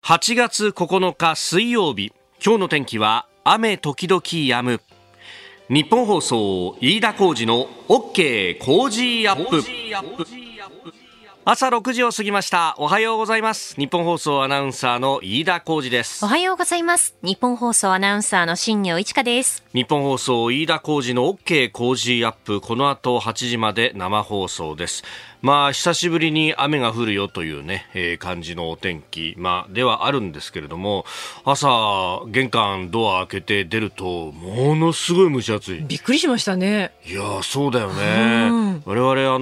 8月9日水曜日、今日の天気は雨時々止む。日本放送飯田浩司の OK 工事アップ。朝6時を過ぎました。おはようございます。日本放送アナウンサーの飯田浩司です。 おはようございます。日本放送アナウンサーの新業一華です。 日本放送飯田浩司の OK 工事アップ、この後8時まで生放送です。久しぶりに雨が降るよというね、感じのお天気、ではあるんですけれども、朝玄関ドア開けて出るとものすごい蒸し暑い。 びっくりしましたね。 いやそうだよね。我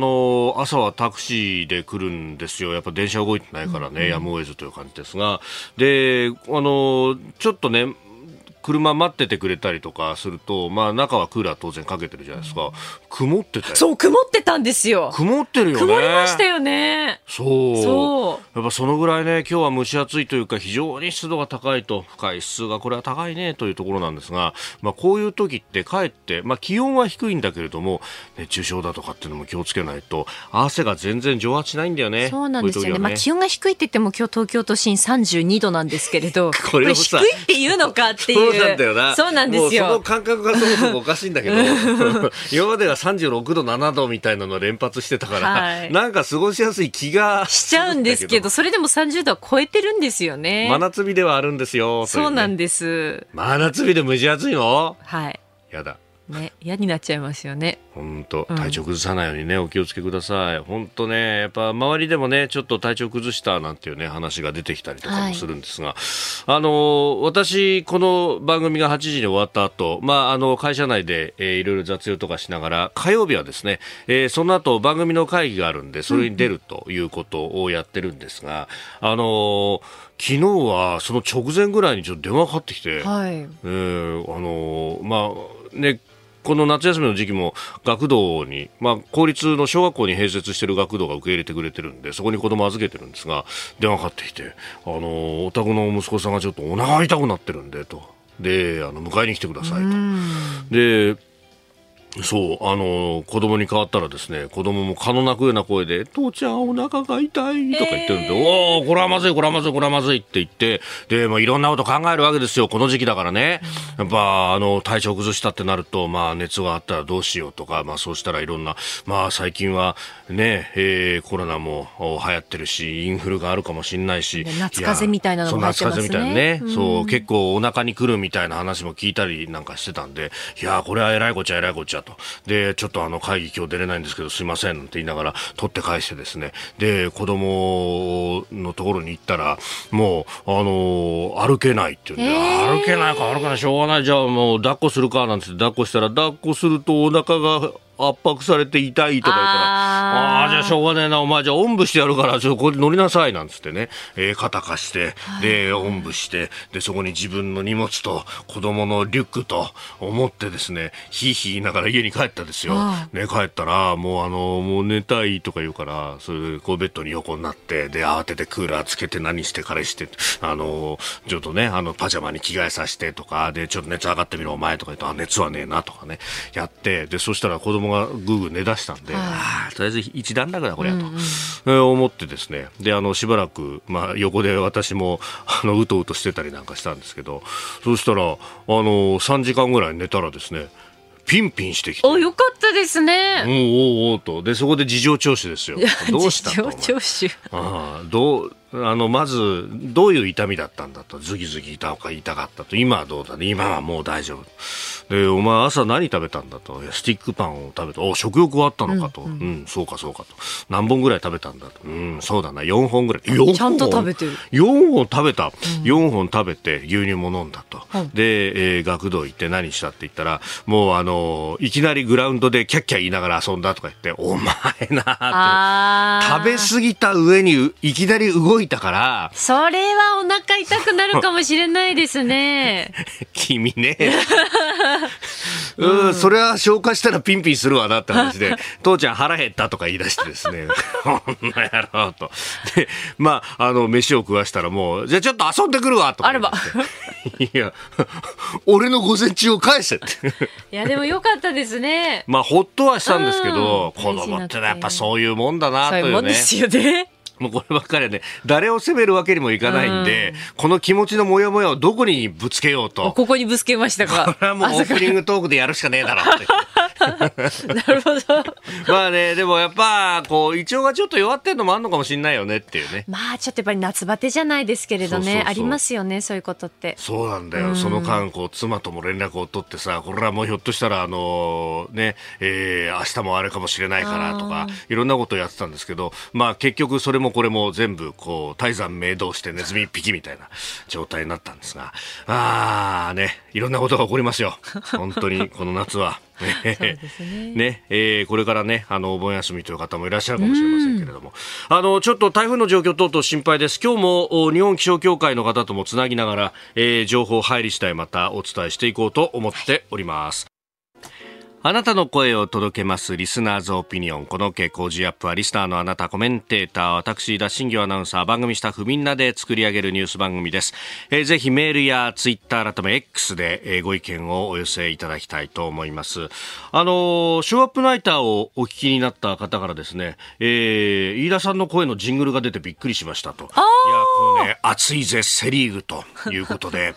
々朝はタクシーで来るんですよ。やっぱ電車動いてないからね、やむを得ずという感じですが、でちょっとね車待っててくれたりとかすると、中はクーラー当然かけてるじゃないですか。曇ってたよ。 そう、曇ってたんですよ。 曇ってるよね。 曇りましたよね。 そうやっぱそのぐらいね、今日は蒸し暑いというか非常に湿度が高いと、深い湿度がこれは高いねというところなんですが、こういう時ってかえって、気温は低いんだけれども熱中症だとかっていうのも気をつけないと、汗が全然蒸発しないんだよね。 そうなんですよね。気温が低いって言っても今日東京都心32度なんですけれどこれをさ、 低いっていうのかっていうそうなんだよな。 そうなんですよ。 もうその感覚がそもそもおかしいんだけど今までが36度7度みたいなのを連発してたから、なんか過ごしやすい気がしちゃうんですけど、それでも30度は超えてるんですよね。 真夏日ではあるんですよ。 そうなんです。 真夏日で蒸し暑いの？ はい。 やだね、嫌になっちゃいますよね。 本当、体調崩さないようにね、お気をつけください。本当ね、やっぱ周りでもね、ちょっと体調崩したなんていうね話が出てきたりとかもするんですが、私この番組が8時に終わった後、会社内で、いろいろ雑用とかしながら、火曜日はですね、その後番組の会議があるんで、それに出るということをやってるんですが、昨日はその直前ぐらいにちょっと電話かかってきて、この夏休みの時期も学童に、公立の小学校に併設している学童が受け入れてくれてるんで、そこに子供預けてるんですが、電話かかってきて、お宅の息子さんがちょっとお腹痛くなってるんでと、で迎えに来てくださいと。でそう子供に変わったらですね、子供も蚊の鳴くような声で、父ちゃんお腹が痛いとか言ってるんで、おーこれはまずいこれはまずいこれはまずいって言って、でいろんなこと考えるわけですよ。この時期だからね、やっぱ体調崩したってなると、熱があったらどうしようとか、そうしたらいろんな、最近はね、コロナも流行ってるし、インフルがあるかもしれないし、 夏風邪みたいなのも入ってますね。 夏風邪みたいなね、そう結構お腹に来るみたいな話も聞いたりなんかしてたんで、いやこれはえらいこっちゃえらいこっちゃと。でちょっと会議今日出れないんですけどすいませんなんて言いながら取って返してですね、で子供のところに行ったら、もう歩けないって言うんで、歩けないか歩けないしょうがない、じゃあもう抱っこするかなんて抱っこしたら、抱っこするとお腹が圧迫されて痛いとか言ったら、じゃあしょうがねえな、お前じゃあおんぶしてやるからちょっとこれ乗りなさいなんつってね、肩貸して、でおんぶして、でそこに自分の荷物と子供のリュックと思ってですね、ひいひい言いながら家に帰ったんですよ。帰ったらもう寝たいとか言うから、それでベッドに横になって、で慌ててクーラーつけて何して彼して、ちょっとねパジャマに着替えさせてとかで、ちょっと熱上がってみろお前とか言って、熱はねえなとかねやって、でそしたら子供がぐーぐー寝出したんで、とりあえず一段落だこれやと、思ってですね、でしばらく、横で私もうとうとしてたりなんかしたんですけど、そうしたら3時間ぐらい寝たらですね、ピンピンしてきて、 よかったですね。 おと、でそこで事情聴取ですよ。どうしたと、 事情聴取、 まずどういう痛みだったんだと、ズギズギ痛か痛かったと、今はどうだね、今はもう大丈夫で、お前朝何食べたんだと、スティックパンを食べた、食欲はあったのかと、そうかそうかと、何本ぐらい食べたんだと、そうだな4本ぐらい、 ちゃんと食べてる、 4本食べた、4本食べて牛乳も飲んだと、で、学童行って何したって言ったら、もういきなりグラウンドでキャッキャ言いながら遊んだとか言って、お前なって、食べ過ぎた上にいきなり動いたから、 それはお腹痛くなるかもしれないですね君ねそれは消化したらピンピンするわなって話で父ちゃん腹減ったとか言い出してですねこんな野郎と、で飯を食わしたら、もうじゃあちょっと遊んでくるわとか言っていや俺の午前中を返せっていやでもよかったですね。 ほっとはしたんですけど、子供ってのはやっぱそういうもんだなというね。 そういうもんですよね。 もうこればっかりはね、誰を責めるわけにもいかないんで、この気持ちのモヤモヤをどこにぶつけようと。 ここにぶつけましたか。 これはもうオープニングトークでやるしかねえだろって。 なるほど。 まあね、でもやっぱこう胃腸がちょっと弱ってるのもあるのかもしれないよねっていうね。 まあちょっとやっぱり夏バテじゃないですけれどね、 そうそうそうありますよね、そういうことって。 そうなんだよ。その間こう妻とも連絡を取ってさ、これはもうひょっとしたらね、明日もあれかもしれないからとかいろんなことをやってたんですけど、まあ結局それもこれも全部こう大山明堂してネズミ一匹みたいな状態になったんですが、ね、いろんなことが起こりますよ。本当にこの夏は。 そうですね。 ね、これからね、お盆休みという方もいらっしゃるかもしれませんけれども、ちょっと台風の状況等々心配です。今日も日本気象協会の方ともつなぎながら、情報入り次第またお伝えしていこうと思っております。あなたの声を届けますリスナーズオピニオン。この傾向Gアップはリスナーのあなた、コメンテーター、私田新行アナウンサー、番組スタッフみんなで作り上げるニュース番組です。ぜひメールやツイッター改め X で、ご意見をお寄せいただきたいと思います。ショーアップナイターをお聞きになった方からですね、飯田さんの声のジングルが出てびっくりしましたと。いや、このね、熱いぜセリーグということで、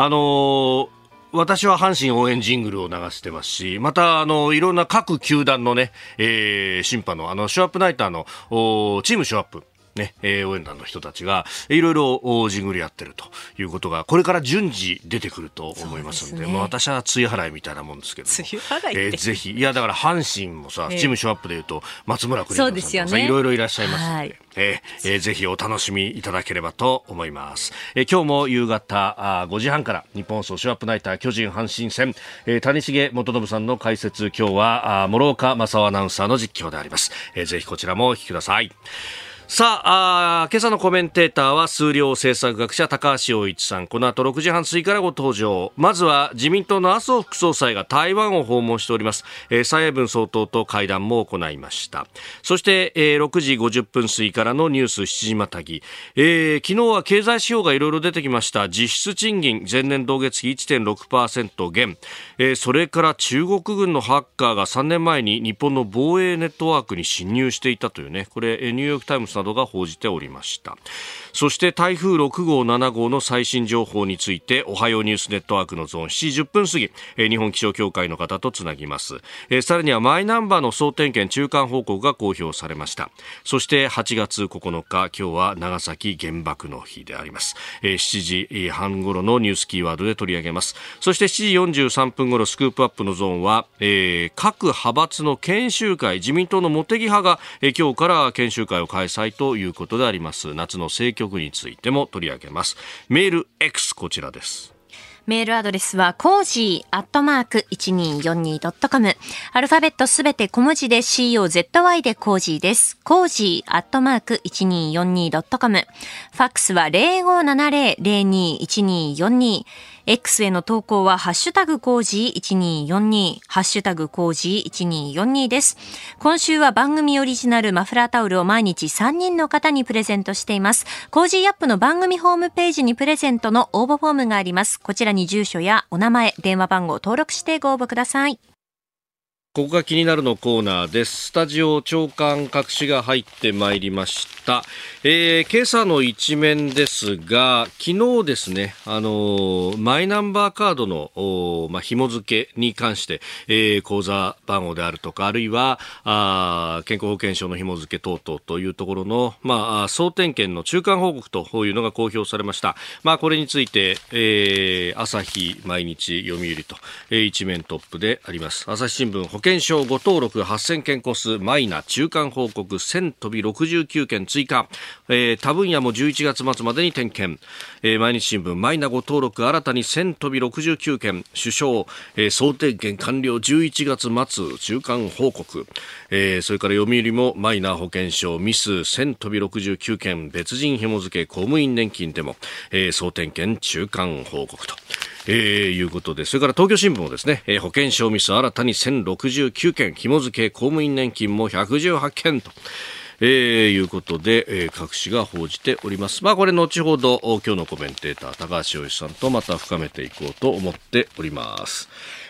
私は阪神応援ジングルを流してますし、またいろんな各球団のね、審判のショーアップナイターのチームショーアップね、応援団の人たちがいろいろジングルやってるということがこれから順次出てくると思いますので、まあ、私は梅雨払いみたいなもんですけども、 梅雨払いって、 ぜひ、いやだから阪神もさ、チームショーアップでいうと松村邦洋さんとかさ、いろいろいらっしゃいますので、ぜひお楽しみいただければと思います。今日も夕方5時半から日本放送ショーアップナイター巨人阪神戦、谷繁元信さんの解説、今日は諸岡正夫アナウンサーの実況であります。ぜひこちらもお聞きください。さあ、今朝のコメンテーターは数量政策学者高橋洋一さん。この後6時半過ぎからご登場。まずは自民党の麻生副総裁が台湾を訪問しております。蔡英文総統と会談も行いました。そして、6時50分過ぎからのニュース7時またぎ。昨日は経済指標がいろいろ出てきました。実質賃金前年同月比 1.6% 減、それから中国軍のハッカーが3年前に日本の防衛ネットワークに侵入していたというね、これニューヨークタイムズなどが報じておりました。そして台風6号7号の最新情報についておはようニュースネットワークのゾーン7時10分過ぎ、日本気象協会の方とつなぎます。さらにはマイナンバーの総点検中間報告が公表されました。そして8月9日今日は長崎原爆の日であります。7時半頃のニュースキーワードで取り上げます。そして7時43分頃スクープアップのゾーンは、各派閥の研修会、自民党の茂木派が、今日から研修会を開催ということであります。夏の政局についても取り上げます。メール X こちらです。 メールアドレスはcozy@1242.com。アルファベットすべて小文字で COZY でコージーです。cozy@1242.com。ファックスは 0570-021242。X への投稿はハッシュタグコージー1242、ハッシュタグコージー1242です。今週は番組オリジナルマフラータオルを毎日3人の方にプレゼントしています。コージーアップの番組ホームページにプレゼントの応募フォームがあります。こちらに住所やお名前、電話番号を登録してご応募ください。 ここが気になるのコーナーです。スタジオ長官各紙が入ってまいりました。今朝の一面ですが、昨日ですね、マイナンバーカードの、紐付けに関して、口座番号であるとか、あるいは健康保険証の紐付け等々というところの、総点検の中間報告というのが公表されました。これについて、朝日、毎日、読売と、一面トップであります。朝日新聞、保険証誤登録8000件個数マイナ中間報告1000飛び69件追加、他分野も11月末までに点検、毎日新聞マイナ誤登録新たに1000飛び69件首相、総点検完了11月末中間報告、それから読売もマイナ保険証ミス1000飛び69件別人紐付け公務員年金でも、総点検中間報告ということで、それから東京新聞もですね、保険証ミス新たに1069件、紐付け公務員年金も118件と、いうことで、各紙が報じております。これ後ほど今日のコメンテーター高橋洋一さんとまた深めていこうと思っております。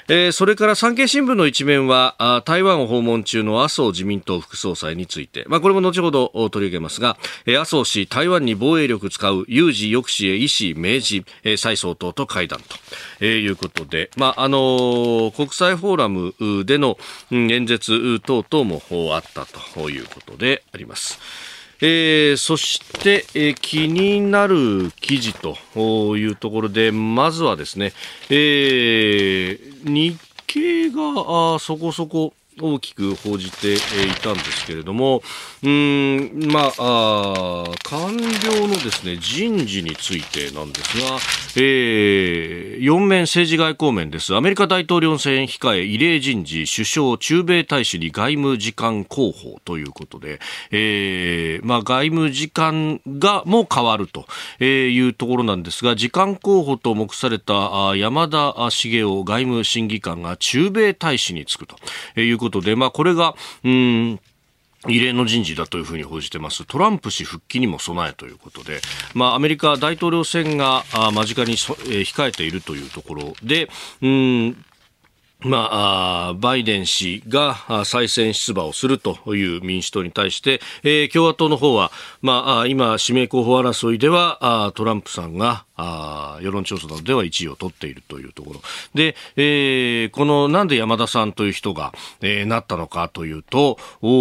それから産経新聞の一面は台湾を訪問中の麻生自民党副総裁について、これも後ほど取り上げますが、麻生氏台湾に防衛力使う有事抑止へ意思明示、蔡総統と会談と、いうことで、国際フォーラムでの演説等々もあったということであります。そして、気になる記事というところで、まずはですね、日経がそこそこ大きく報じていたんですけれども、官僚のですね、人事についてなんですが、4面政治外交面です。アメリカ大統領選控え異例人事、首相、駐米大使に外務次官候補ということで、外務次官がもう変わるというところなんですが、次官候補と目された山田茂雄外務審議官が駐米大使に就くということで、これが異例の人事だというふうに報じています。トランプ氏復帰にも備えということで、アメリカ大統領選が間近に控えているというところで、バイデン氏が再選出馬をするという民主党に対して、共和党の方は、今指名候補争いではトランプさんが世論調査などでは1位を取っているというところで、このなんで山田さんという人が、なったのかというと、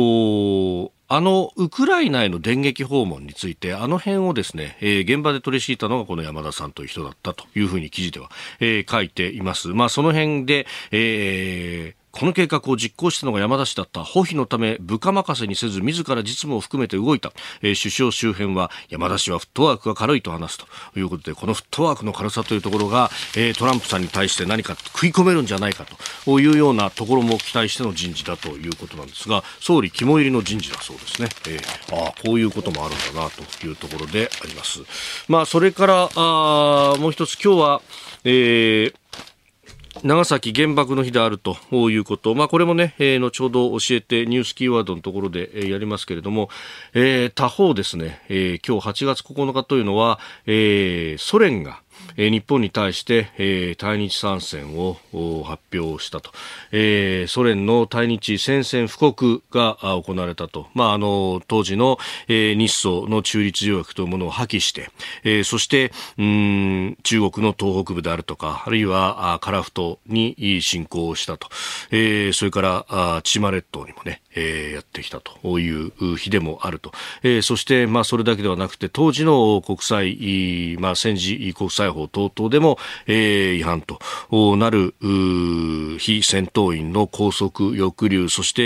ウクライナへの電撃訪問について、辺をですね、現場で取り敷いたのがこの山田さんという人だったというふうに記事では、書いています。その辺で、この計画を実行したのが山田氏だった。保秘のため部下任せにせず自ら実務を含めて動いた。首相周辺は山田氏はフットワークが軽いと話すということで、このフットワークの軽さというところが、トランプさんに対して何か食い込めるんじゃないかというようなところも期待しての人事だということなんですが、総理肝入りの人事だそうですね。こういうこともあるんだなというところであります。それからもう一つ今日は、長崎原爆の日であるということ、これもね、後ほど教えてニュースキーワードのところで、やりますけれども、他方ですね、今日8月9日というのは、ソ連が日本に対して、対日参戦を発表したと、ソ連の対日宣戦布告が行われたと、当時の、日ソの中立条約というものを破棄して、そして中国の東北部であるとか、あるいは樺太に侵攻をしたと、それから千島列島にもね、やってきたという日でもあると、そしてそれだけではなくて当時の国際、戦時国際法等々でも、違反となる非戦闘員の拘束抑留、そして、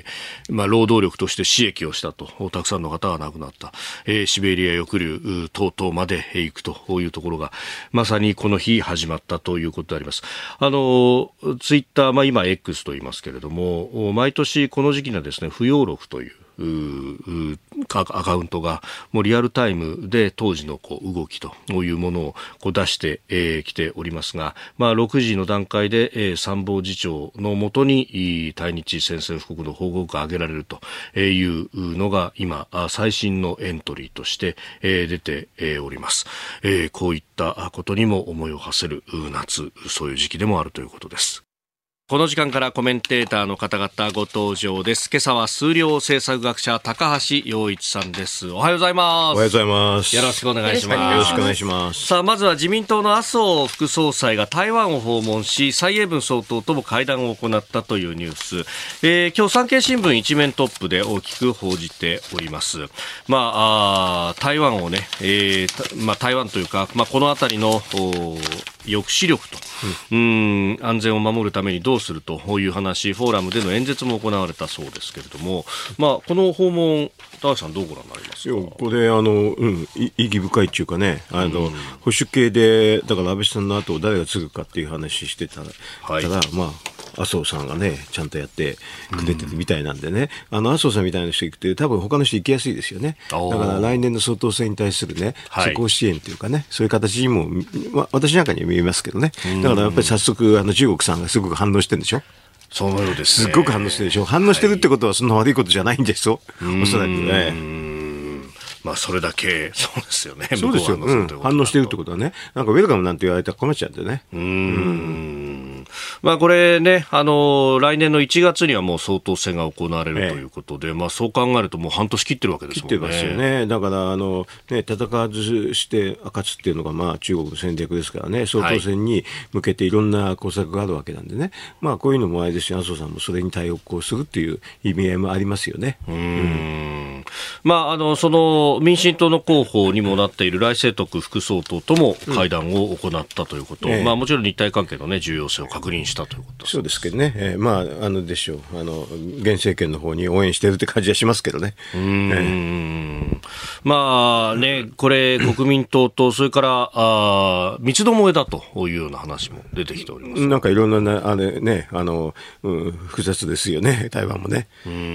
労働力として刺激をしたと、たくさんの方が亡くなった、シベリア抑留等々まで行くというところがまさにこの日始まったということであります。ツイッター、今 X と言いますけれども、毎年この時期にはですね、不要録というアカウントがもうリアルタイムで当時の動きというものを出してきておりますが、6時の段階で参謀次長のもとに対日宣戦布告の報告が挙げられるというのが今最新のエントリーとして出ております。こういったことにも思いを馳せる夏、そういう時期でもあるということです。この時間からコメンテーターの方々ご登場です。今朝は数量政策学者高橋洋一さんです。おはようございます。 おはようございます。 よろしくお願いします。 よろしくお願いします。 さあ、まずは自民党の麻生副総裁が台湾を訪問し、蔡英文総統とも会談を行ったというニュース、今日産経新聞一面トップで大きく報じております。台湾をね、台湾というか、このあたりの抑止力と、安全を守るためにどうするという話、フォーラムでの演説も行われたそうですけれども、この訪問、高橋さんどうご覧になりますか？ これ意義深いっていうかね、保守系でだから安倍さんの後を誰が継ぐかっていう話してたら、麻生さんがねちゃんとやってくれてるみたいなんでね、麻生さんみたいな人行くと多分他の人行きやすいですよね。だから来年の総統選に対するね、施行支援というかね、そういう形にも、私なんかには見えますけどね。だからやっぱり早速中国さんがすごく反応してるんでしょ。 そのようですね。 すごく反応してるでしょ。反応してるってことはそんな悪いことじゃないんですよ、おそらくね。 それだけそうですよね。 そうですよ、反応してるってことはね、なんかウェルカムなんて言われたら困っちゃうんでね。 これね、来年の1月にはもう総統選が行われるということで、そう考えるともう半年切ってるわけですもんね。 切ってますよね。だから戦わずして勝つっていうのが中国の戦略ですからね、総統選に向けていろんな工作があるわけなんでね、こういうのもあれですし、麻生さんもそれに対応するっていう意味合いもありますよね。 その民進党の候補にもなっている来清徳副総統とも会談を行ったということ、もちろん日台関係の、重要性を確認したということです。 そうですけどね、でしょう、現政権の方に応援しているって感じはしますけどね。 これ国民党とそれから三つどもえだというような話も出てきております。 なんかいろんな複雑ですよね、台湾もね。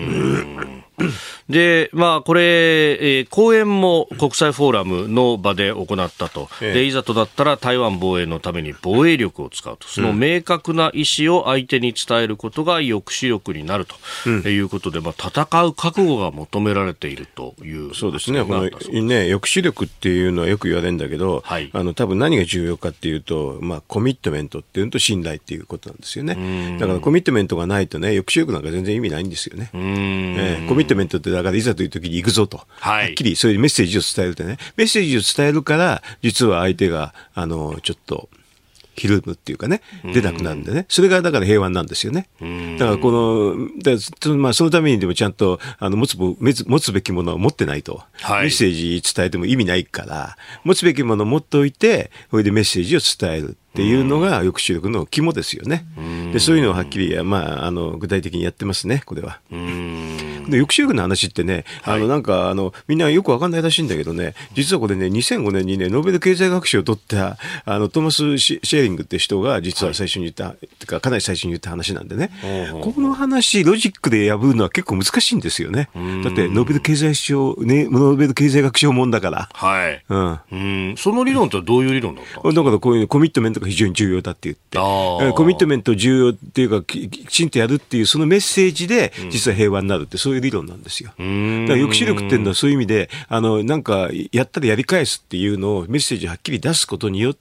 で、これ、講演も国際フォーラムの場で行ったと。で、いざとなったら台湾防衛のために防衛力を使うと。その明確な意思を相手に伝えることが抑止力になるということで、戦う覚悟が求められているという。 そうですね。抑止力っていうのはよく言われるんだけど、多分何が重要かっていうと、コミットメントっていうのと信頼っていうことなんですよね。だからコミットメントがないとね、抑止力なんか全然意味ないんですよね。コミットメントってだからいざという時に行くぞと、はっきりそういうメッセージを伝えるってね、メッセージを伝えるから実は相手がちょっとひるむっていうかね、出なくなるんでね、それがだから平和なんですよね。だからそのためにでもちゃんと持つべきものを持ってないと、メッセージ伝えても意味ないから、持つべきものを持っておいて、それでメッセージを伝えるっていうのが抑止力の肝ですよね。でそういうのをはっきり具体的にやってますね、これは。で抑止力の話ってね、みんなよくわかんないらしいんだけどね、実はこれね、2005年にね、ノーベル経済学賞を取ったトーマス・シェーリングって人が実は最初に言った、かなり最初に言った話なんでね、この話ロジックで破るのは結構難しいんですよね。だってノーベル経済学賞もんだから。 その理論ってどういう理論だったんですか？ だからこういうコミットメントが非常に重要だって言って、コミットメント重要っていうかきちんとやるっていうそのメッセージで実は平和になるって、そういう理論なんですよ。だから抑止力っていうのはそういう意味でなんかやったらやり返すっていうのをメッセージをはっきり出すことによって、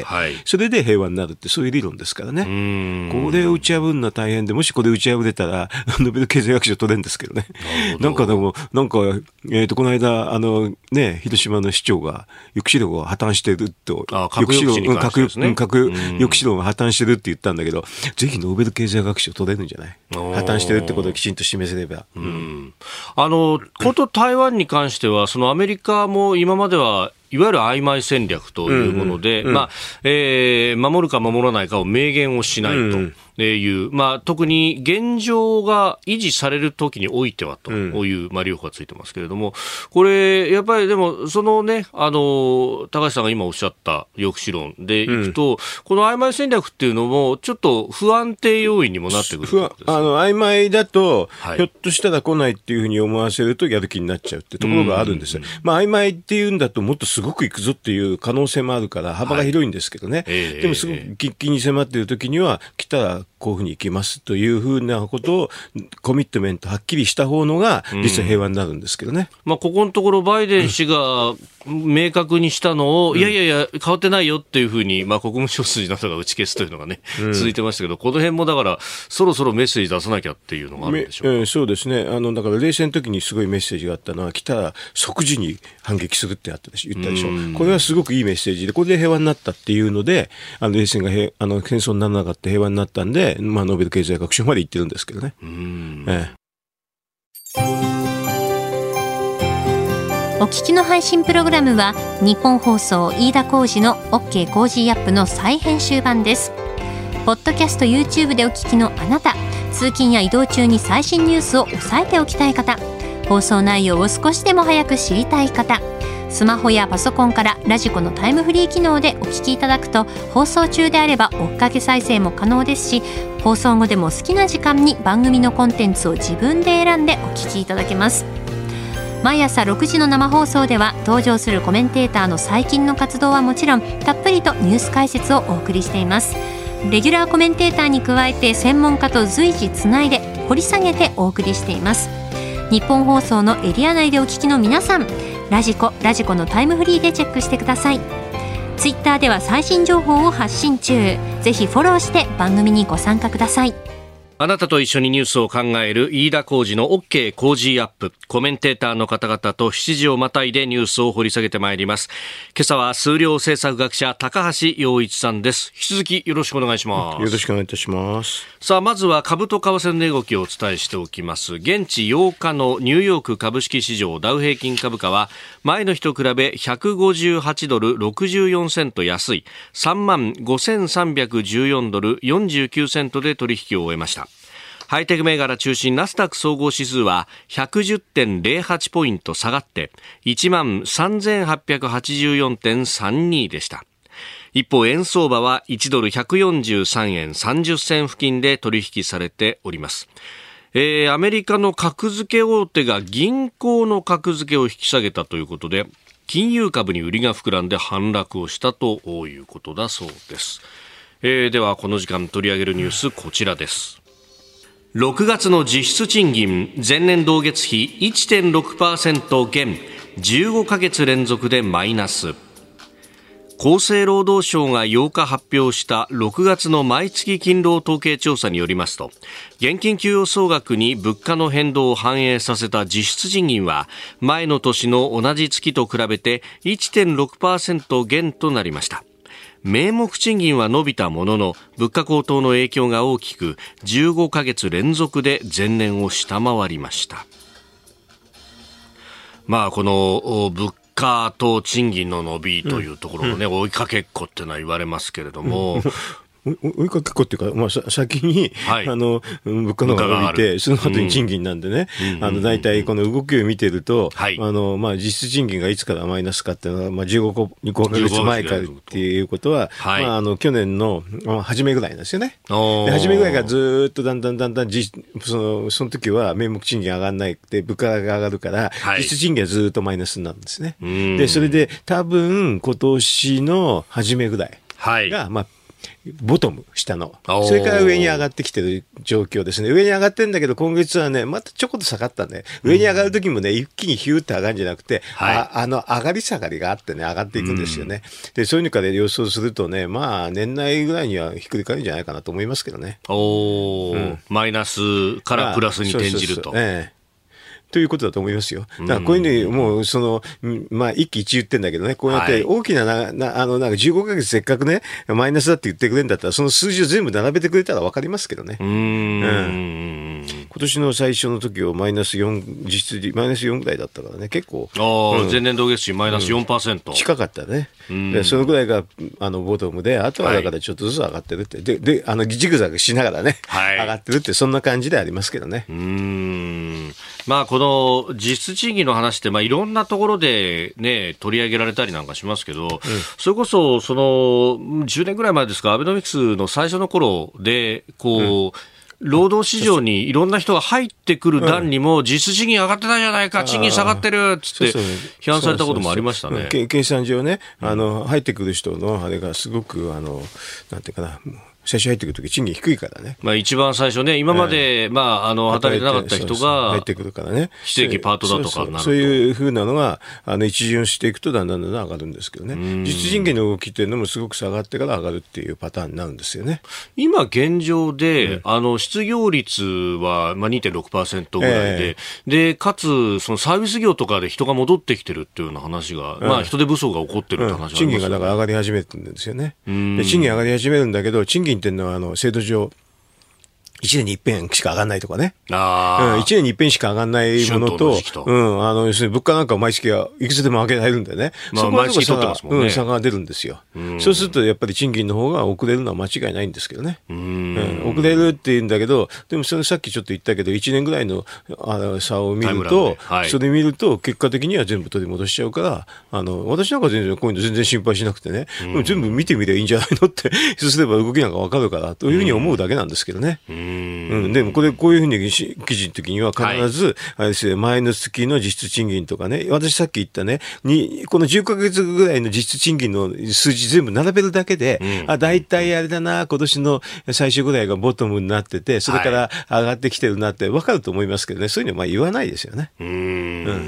それで平和になるってそういう理論ですからね。これを打ち破るのは大変で、もしこれ打ち破れたらノーベル経済学賞取れるんですけどね。なんかでもこの間広島の市長が抑止力が破綻してると、 核抑止に関してですね、 核抑止力が破綻してるって言ったんだけど、ぜひノーベル経済学賞取れるんじゃない？破綻してるってことをきちんと示せれば。こと台湾に関しては、そのアメリカも今まではいわゆる曖昧戦略というもので、守るか守らないかを明言をしないという、特に現状が維持されるときにおいてはという、両方がついてますけれども、これ、やっぱりでも、そのね、高橋さんが今おっしゃった抑止論でいくと、この曖昧戦略っていうのも、ちょっと不安定要因にもなってくるってことですか？ 曖昧だと、ひょっとしたら来ないっていうふうに思わせるとやる気になっちゃうってところがあるんですよ。曖昧っていうんだともっとすごくいくぞっていう可能性もあるから幅が広いんですけどね。でもすごく喫緊に迫っている時には来たらこういうふうに行きますというふうなことをコミットメントはっきりした方のが実は平和になるんですけどね。 ここのところバイデン氏が明確にしたのを、いや変わってないよっていうふうに、国務省筋などが打ち消すというのがね、続いてましたけど、この辺もだからそろそろメッセージ出さなきゃっていうのがあるんでしょうか。 そうですね。だから冷戦の時にすごいメッセージがあったのは、来たら即時に反撃するって言ったでしょ。これはすごくいいメッセージで、これで平和になったっていうので、冷戦が戦争にならなかった平和になったんで、ノーベル経済学賞まで行ってるんですけどね。 お聞きの配信プログラムは日本放送飯田浩司の OK コージーアップの再編集版です。ポッドキャスト YouTube でお聞きのあなた、通勤や移動中に最新ニュースを押さえておきたい方、放送内容を少しでも早く知りたい方、スマホやパソコンからラジコのタイムフリー機能でお聞きいただくと、放送中であれば追っかけ再生も可能ですし、放送後でも好きな時間に番組のコンテンツを自分で選んでお聞きいただけます。毎朝6時の生放送では登場するコメンテーターの最近の活動はもちろん、たっぷりとニュース解説をお送りしています。レギュラーコメンテーターに加えて専門家と随時つないで掘り下げてお送りしています。日本放送のエリア内でお聞きの皆さん、 ラジコのタイムフリーでチェックしてください。ツイッターでは最新情報を発信中。ぜひフォローして番組にご参加ください。 あなたと一緒にニュースを考える飯田浩司の OK 工事アップ。コメンテーターの方々と7時をまたいでニュースを掘り下げてまいります。今朝は数量政策学者高橋洋一さんです。引き続きよろしくお願いします。 よろしくお願いいたします。 さあ、まずは株と為替の値動きをお伝えしておきます。現地8日のニューヨーク株式市場ダウ平均株価は前の日と比べ158ドル64セント安い 35,314 ドル49セントで取引を終えました。ハイテク銘柄中心ナスダック総合指数は 110.08 ポイント下がって13,884.32 でした。一方、円相場は1ドル143円30銭付近で取引されております。アメリカの格付け大手が銀行の格付けを引き下げたということで、金融株に売りが膨らんで反落をしたということだそうです。ではこの時間取り上げるニュース、こちらです。6月の実質賃金前年同月比 1.6% 減、15ヶ月連続でマイナス。厚生労働省が8日発表した6月の毎月勤労統計調査によりますと、現金給与総額に物価の変動を反映させた実質賃金は前の年の同じ月と比べて 1.6% 減となりました。名目賃金は伸びたものの物価高騰の影響が大きく、15ヶ月連続で前年を下回りました。まあ、この物価と賃金の伸びというところのね、追いかけっこってのは言われますけれども、 追いかけっこっていうか、まあ、先に、 はい、 物価の方が伸びて、その後に賃金なんでね、大体この動きを見てると、 はい、 まあ、実質賃金がいつからマイナスかっていうのは、まあ、2ヶ月前からっていうことは、はい、まあ、去年の、初めぐらいなんですよね。で、初めぐらいからずーっとだんだんその時は名目賃金上がらないで、物価が上がるから、はい、実質賃金はずーっとマイナスになるんですね。で、それで多分、今年の初めぐらいが、はい、まあ、ボトム、下の。それから上に上がってきてる状況ですね。上に上がってるんだけど、今月はね、またちょこっと下がったね。上に上がるときもね、一気にヒューって上がるんじゃなくて、はい、上がり下がりがあってね、上がっていくんですよね。で、そういうのから予想するとね、まあ、年内ぐらいにはひっくり返るんじゃないかなと思いますけどね。 マイナスからプラスに転じると。 ということだと思いますよ。だからこういうふうに、もう、まあ、一喜一憂ってんだけどね、こうやって大きな、なんか15ヶ月せっかくね、マイナスだって言ってくれるんだったら、その数字を全部並べてくれたら分かりますけどね。今年の最初の時はマイナス4、実質マイナス4ぐらいだったからね、結構。 前年同月比マイナス 4%。 近かったね。で、そのぐらいが、ボトムで、あとはだからちょっとずつ上がってるって。で、ジグザグしながらね、上がってるって、そんな感じでありますけどね。 まあ、この実質賃金の話って、まあ、いろんなところで、ね、取り上げられたりなんかしますけど、それこそその10年ぐらい前ですか、アベノミクスの最初の頃でこう、労働市場にいろんな人が入ってくる段にも実質賃金上がってないじゃないか、賃金下がってるっつって批判されたこともありましたね。 計算上ね、入ってくる人のあれがすごくなんていうかな。最初入ってくるとき賃金低いからね。 まあ一番最初ね、今まで、まあ働いてなかった人が入ってくるからね。 非正規パートだとかになると。 そういうふうなのが一巡していくとだんだん上がるんですけどね。実質賃金の動きっていうのもすごく下がってから上がるっていうパターンになるんですよね。 今現状で、失業率はまあ 2.6% ぐらいで、でかつそのサービス業とかで人が戻ってきてるっていうような話が、まあ人手不足が起こってるって話がありますよね。 賃金がだから上がり始めてるんですよね。で賃金上がり始めるんだけど、賃金っていうのは制度上1年に一遍しか上がんないとかね。1年に一遍しか上がんないものと、要するに物価なんか毎月はいくつでも上げられるんでね。 まあ、毎月取ってますもんね。 差が出るんですよ。そうするとやっぱり賃金の方が遅れるのは間違いないんですけどね。遅れるって言うんだけど、でもそれさっきちょっと言ったけど、1年ぐらいの差を見ると、それ見ると結果的には全部取り戻しちゃうから、私なんかこういうの全然心配しなくてね、全部見てみればいいんじゃないのって、そうすれば動きなんかわかるからというふうに思うだけなんですけどね。でもこういうふうに記事の時には必ず、あれですね、前の月の実質賃金とかね、私さっき言ったね、この10ヶ月ぐらいの実質賃金の数字全部並べるだけで、だいたいあれだな、今年の最初ぐらいがボトムになってて、それから上がってきてるなって分かると思いますけどね、そういうのはまあ言わないですよね。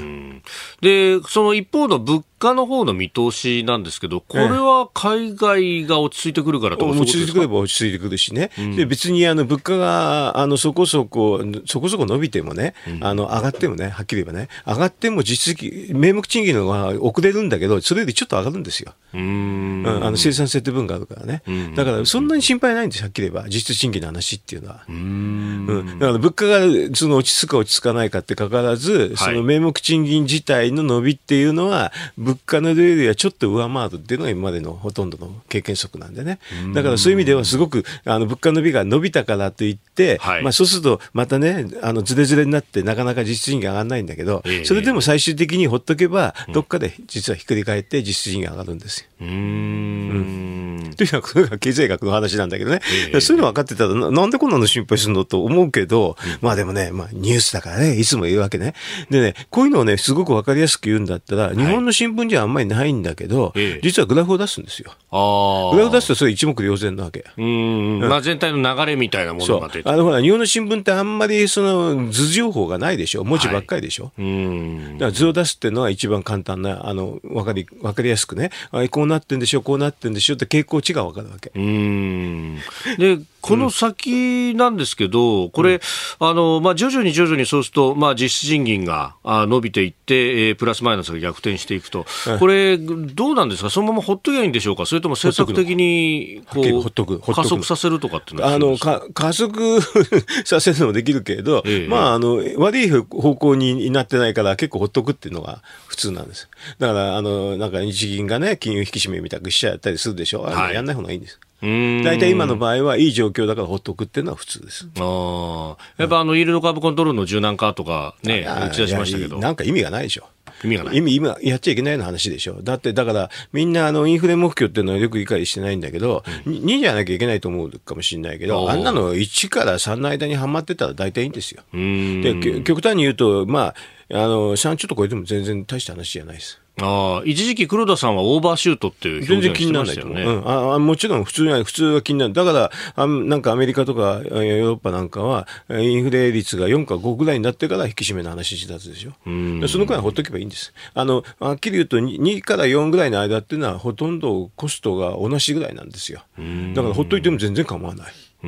で、その一方の物価の方の見通しなんですけど、これは海外が落ち着いてくるからとか、 落ち着いてくれば落ち着いてくるしね。で、別に物価がそこそこ伸びてもね、上がってもね、はっきり言えばね、上がっても実質名目賃金の方が遅れるんだけど、それよりちょっと上がるんですよ。生産性って分があるからね。だからそんなに心配ないんです、はっきり言えば。実質賃金の話っていうのは。だから物価がその落ち着くか落ち着かないかってかかわらず、その名目賃金自体の伸びっていうのは、物価のレベルはちょっと上回るっていうのが今までのほとんどの経験則なんでね。だからそういう意味ではすごく物価の伸びが伸びたからといって、そうするとまたね、ズレズレになってなかなか実質賃金上がらないんだけど、それでも最終的にほっとけば、どっかで実はひっくり返って実質賃金上がるんですよ。というのはこれが経済学の話なんだけどね。そういうの分かってたらなんでこんなの心配するのと思うけど、まあでもね、ニュースだからね、いつも言うわけね。でね、こういうのをね、すごく分かりやすく言うんだったら、日本の新聞じゃあんまりないんだけど、実はグラフを出すんですよ。グラフを出すとそれ一目瞭然なわけ。 まあ全体の流れみたいなものが出てる。 ほら、日本の新聞ってあんまりその図情報がないでしょ。文字ばっかりでしょ。だから図を出すっていうのは一番簡単な、分かりやすくね、こうなってんでしょ、こうなってんでしょって傾向値が分かるわけ。 で、この先なんですけど、これ、徐々にそうすると、実質賃金が伸びていって、プラスマイナスが逆転していくと、これ、どうなんですか、そのままほっときゃいいんでしょうか、それとも政策的に加速させるとかっていうのは加速させるのもできるけれど、悪い方向になってないから、結構ほっとくっていうのが普通なんです。だから、なんか日銀がね、金融引き締めみたくしちゃったりするでしょ、やんない方がいいんです。大体今の場合はいい状況だからほっとくっていうのは普通です。 やっぱイールドカーブコントロールの柔軟化とかね、打ち出しましたけど。 なんか意味がないでしょ。今やっちゃいけないような話でしょ。だからみんなインフレ目標っていうのはよく理解してないんだけど、2じゃなきゃいけないと思うかもしれないけど、あんなの1から3の間にはまってたら大体いいんですよ。で、極端に言うと、3ちょっと超えても全然大した話じゃないです。 一時期黒田さんはオーバーシュートっていう表現してましたよね。全然気にならないと思う。もちろん普通は気になる。だからなんかアメリカとかヨーロッパなんかはインフレ率が4か5ぐらいになってから引き締めの話したはずでしょ。そのくらいほっとけばいいんです。はっきり言うと2から4ぐらいの間っていうのはほとんどコストが同じぐらいなんですよ。だからほっといても全然構わない。だ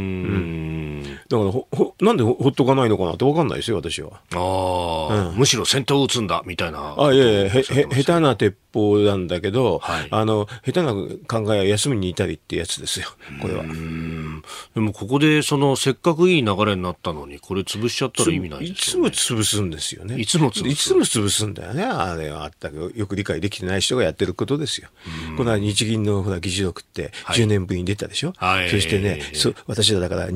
からなんでほっとかないのかなって分かんないですよ、私は。 むしろ先手を打つんだみたいな。 下手な鉄砲なんだけど、下手な考えは休みにいたりってやつですよ、これは。 でもここでせっかくいい流れになったのにこれ潰しちゃったら意味ないですよね。 いつも潰すんですよね。 いつも潰すんだよね。あれはよく理解できてない人がやってることですよ。この日銀の議事録って10年ぶりに出たでしょ。そしてね、私らだから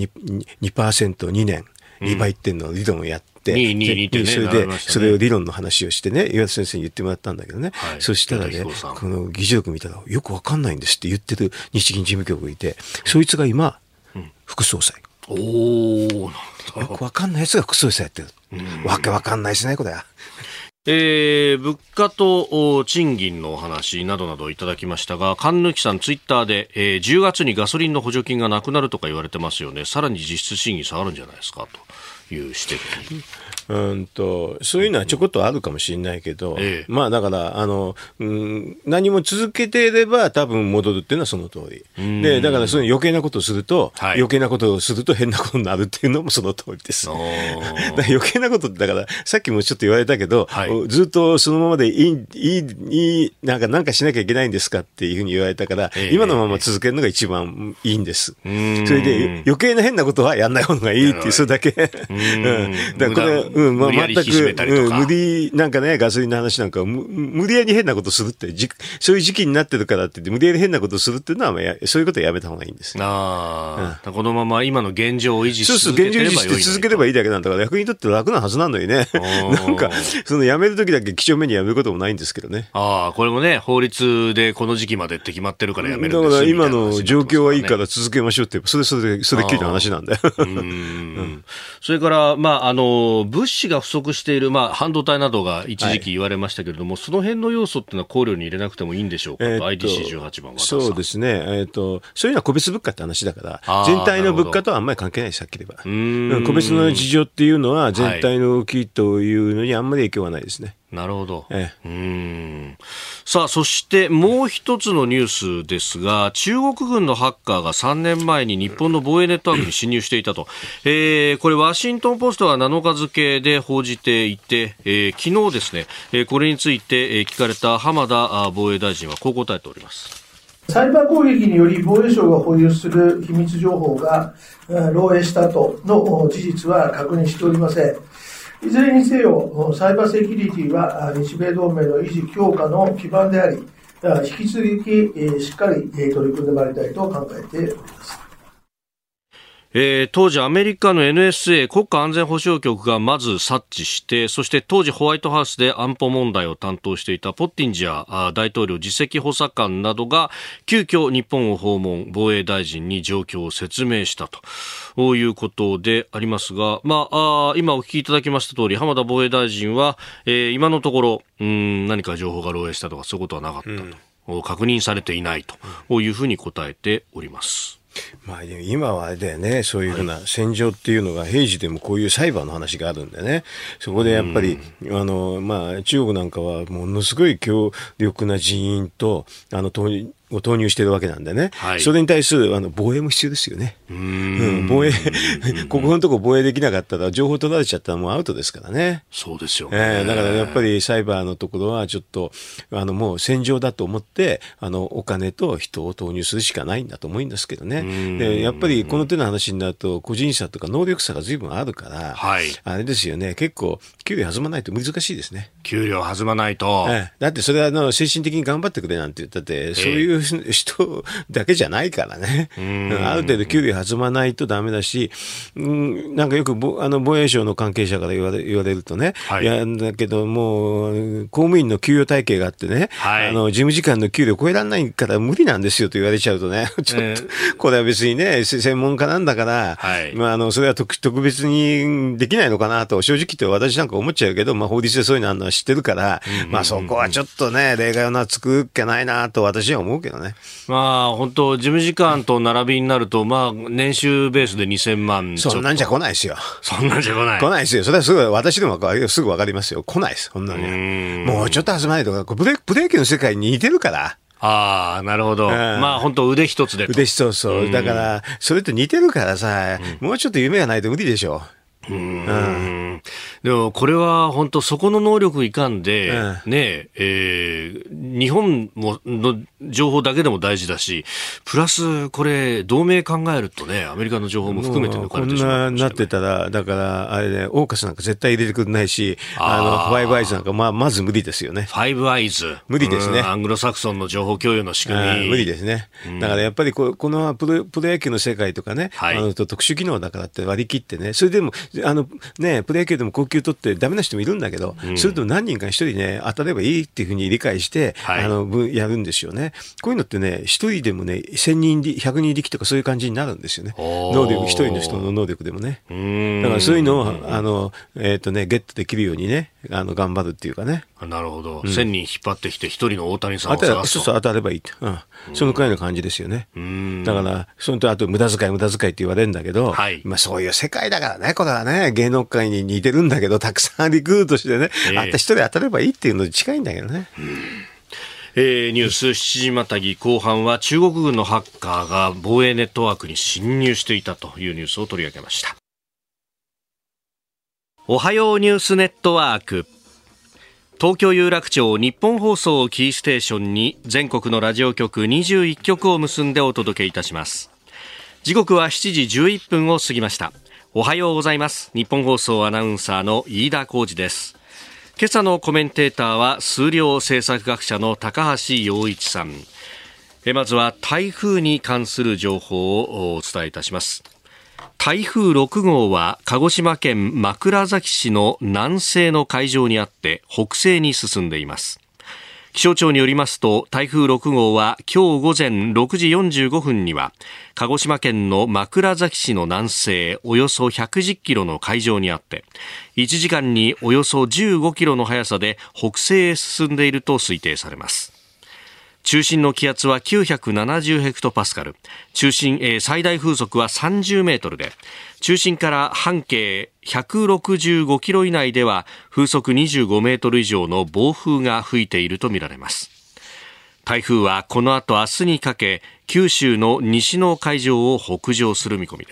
2% 年2倍っていうのを理論をやって、それを理論の話をしてね、岩田先生に言ってもらったんだけどね、そしたらね、この議事録見たらよくわかんないんですって言ってる日銀事務局がいて、そいつが今、副総裁。よくわかんないやつが副総裁やってる。わけわかんないですね、これは。 物価と賃金のお話などなどいただきましたが、神貫さんツイッターで、10月にガソリンの補助金がなくなるとか言われてますよね。さらに実質賃金下がるんじゃないですかという指摘。 そういうのはちょこっとあるかもしれないけど、だから何も続けていれば多分戻るっていうのはその通りで、だからそういう余計なことをすると、変なことになるっていうのもその通りです。だから余計なことだからさっきもちょっと言われたけど、ずっとそのままでなんかしなきゃいけないんですかっていうふうに言われたから、今のまま続けるのが一番いいんです。それで余計な変なことはやんない方がいいっていう、それだけ。だからこれ無理やり引き締めたりとか、 無理なんかね、ガソリンの話なんか無理やり変なことするって、そういう時期になってるからって言って無理やり変なことするっていうのはそういうことはやめた方がいいんです。このまま今の現状を維持し続ければいいだけなんだから、役にとって楽なはずなのにね。なんかやめるときだけ几帳面にやめることもないんですけどね。 これもね、法律でこの時期までって決まってるからやめるんです。 だから今の状況はいいから続けましょうって、それっきりの話なんだよ。 それから物資が不足している、半導体などが一時期言われましたけれども、その辺の要素っていうのは考慮に入れなくてもいいんでしょうか、IDC18 番は。 そうですね、そういうのは個別物価って話だから、全体の物価とはあんまり関係ないです、はっきり言えば。個別の事情っていうのは全体の動きというのにあんまり影響はないですね。 なるほど。さあ、そしてもう一つのニュースですが、中国軍のハッカーが3年前に日本の防衛ネットワークに侵入していたと。これワシントンポストが7日付で報じていて、昨日ですね、これについて聞かれた浜田防衛大臣はこう答えております。 サイバー攻撃により防衛省が保有する秘密情報が漏洩したとの事実は確認しておりません。いずれにせよ、サイバーセキュリティは日米同盟の維持強化の基盤であり、引き続きしっかり取り組んでまいりたいと考えております。 当時アメリカの NSA 国家安全保障局がまず察知して、そして当時ホワイトハウスで安保問題を担当していたポッティンジャー大統領次席補佐官などが急遽日本を訪問、防衛大臣に状況を説明したということでありますが、今お聞きいただきました通り、浜田防衛大臣は、今のところ何か情報が漏洩したとかそういうことはなかったと、確認されていないというふうに答えております。 今はあれだよね、そういうふうな戦場っていうのが平時でもこういうサイバーの話があるんでね、そこでやっぱり中国なんかはものすごい強力な人員とを投入してるわけなんでね、はい、それに対する防衛も必要ですよね。防衛ここのとこ防衛できなかったら情報取られちゃったらもうアウトですからね。 そうですよね。 だからやっぱりサイバーのところはちょっともう戦場だと思ってお金と人を投入するしかないんだと思うんですけどね。でやっぱりこの手の話になると個人差とか能力差が随分あるから、はい、あれですよね、結構給料弾まないと難しいですね。 給料弾まないと、 だってそれは精神的に頑張ってくれなんて言ったってそういう人だけじゃないからね。ある程度給料弾まないとダメだし、なんかよく防衛省の関係者から言われるとね、はい、いやだけどもう公務員の給与体系があってね、はい、事務次官の給料超えられないから無理なんですよと言われちゃうとね、ちょっとこれは別にね専門家なんだから、はい、それは特別にできないのかなと正直言って私なんか思っちゃうけど、法律でそういうのあるのは知ってるから、そこはちょっとね例外はつくっけないなと私は思うけどね。 本当事務次官と並びになると年収ベースで2000万ちょっと。 そんなんじゃ来ないですよ。 そんなんじゃ来ない。 来ないですよ。それはすぐ私でもすぐわかりますよ。来ないです。そんなに。もうちょっと集まないとかプロ野球の世界に似てるから。 なるほど。本当腕一つで。 腕一つ、そう。だからそれと似てるからさ、もうちょっと夢がないと無理でしょ。 でもこれは本当そこの能力いかんで、日本の情報だけでも大事だし、プラスこれ同盟考えるとね、アメリカの情報も含めて抜かれてしまう。 こんななってたら、だからあれね、オーカスなんか絶対入れてくれないし、ファイブアイズなんかまず無理ですよね。 ファイブアイズ無理ですね。 アングロサクソンの情報共有の仕組み、 無理ですね。だからやっぱりこのプロ野球の世界とかね、特殊技能だからって割り切ってね、それでもプロ野球でも高級取ってダメな人もいるんだけど、それとも何人か一人ね当たればいいっていうふうに理解して、やるんですよね。こういうのってね、一人でもね1000人100人力とかそういう感じになるんですよね。能力一人の人の能力でもね。だからそういうのをゲットできるようにね頑張るっていうかね。 なるほど。1000人引っ張ってきて一人の大谷さんを探すと。 そう当たればいいって、そのくらいの感じですよね。だからそのとあと無駄遣いって言われるんだけど、そういう世界だからね、これはね芸能界に似てるんだけど、たくさんリクルートしてね、一人当たればいいっていうのに近いんだけどね。 ニュース7時またぎ後半は中国軍のハッカーが防衛ネットワークに侵入していたというニュースを取り上げました。おはようニュースネットワーク、東京有楽町日本放送をキーステーションに全国のラジオ局21局を結んでお届けいたします。時刻は7時11分を過ぎました。おはようございます。日本放送アナウンサーの飯田浩司です。今朝のコメンテーターは数量政策学者の高橋洋一さん。まずは台風に関する情報をお伝えいたします。台風6号は鹿児島県枕崎市の南西の海上にあって北西に進んでいます。気象庁によりますと、台風6号は今日午前6時45分には鹿児島県の枕崎市の南西およそ110キロの海上にあって、1時間におよそ15キロの速さで北西へ進んでいると推定されます。 中心の気圧は970ヘクトパスカル、中心、最大風速は30メートルで、中心から半径165キロ以内では風速25メートル以上の暴風が吹いているとみられます。台風はこの後明日にかけ、九州の西の海上を北上する見込みです。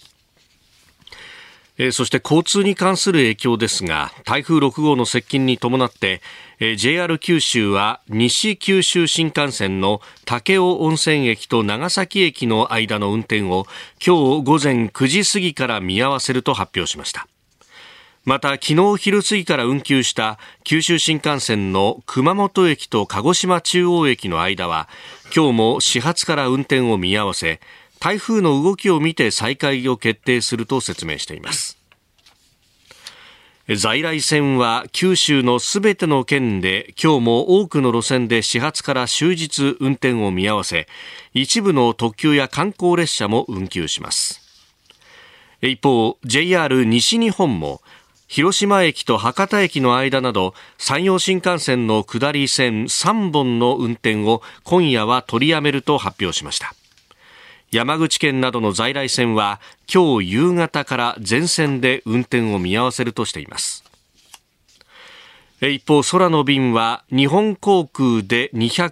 そして交通に関する影響ですが、台風6号の接近に伴って、JR 九州は西九州新幹線の武雄温泉駅と長崎駅の間の運転を今日午前9時過ぎから見合わせると発表しました。また昨日昼過ぎから運休した九州新幹線の熊本駅と鹿児島中央駅の間は今日も始発から運転を見合わせ、台風の動きを見て再開を決定すると説明しています。在来線は九州のすべての県で今日も多くの路線で始発から終日運転を見合わせ、一部の特急や観光列車も運休します。一方、 JR 西日本も広島駅と博多駅の間など山陽新幹線の下り線3本の運転を今夜は取りやめると発表しました。山口県などの在来線は今日夕方から全線で運転を見合わせるとしています。一方、空の便は日本航空で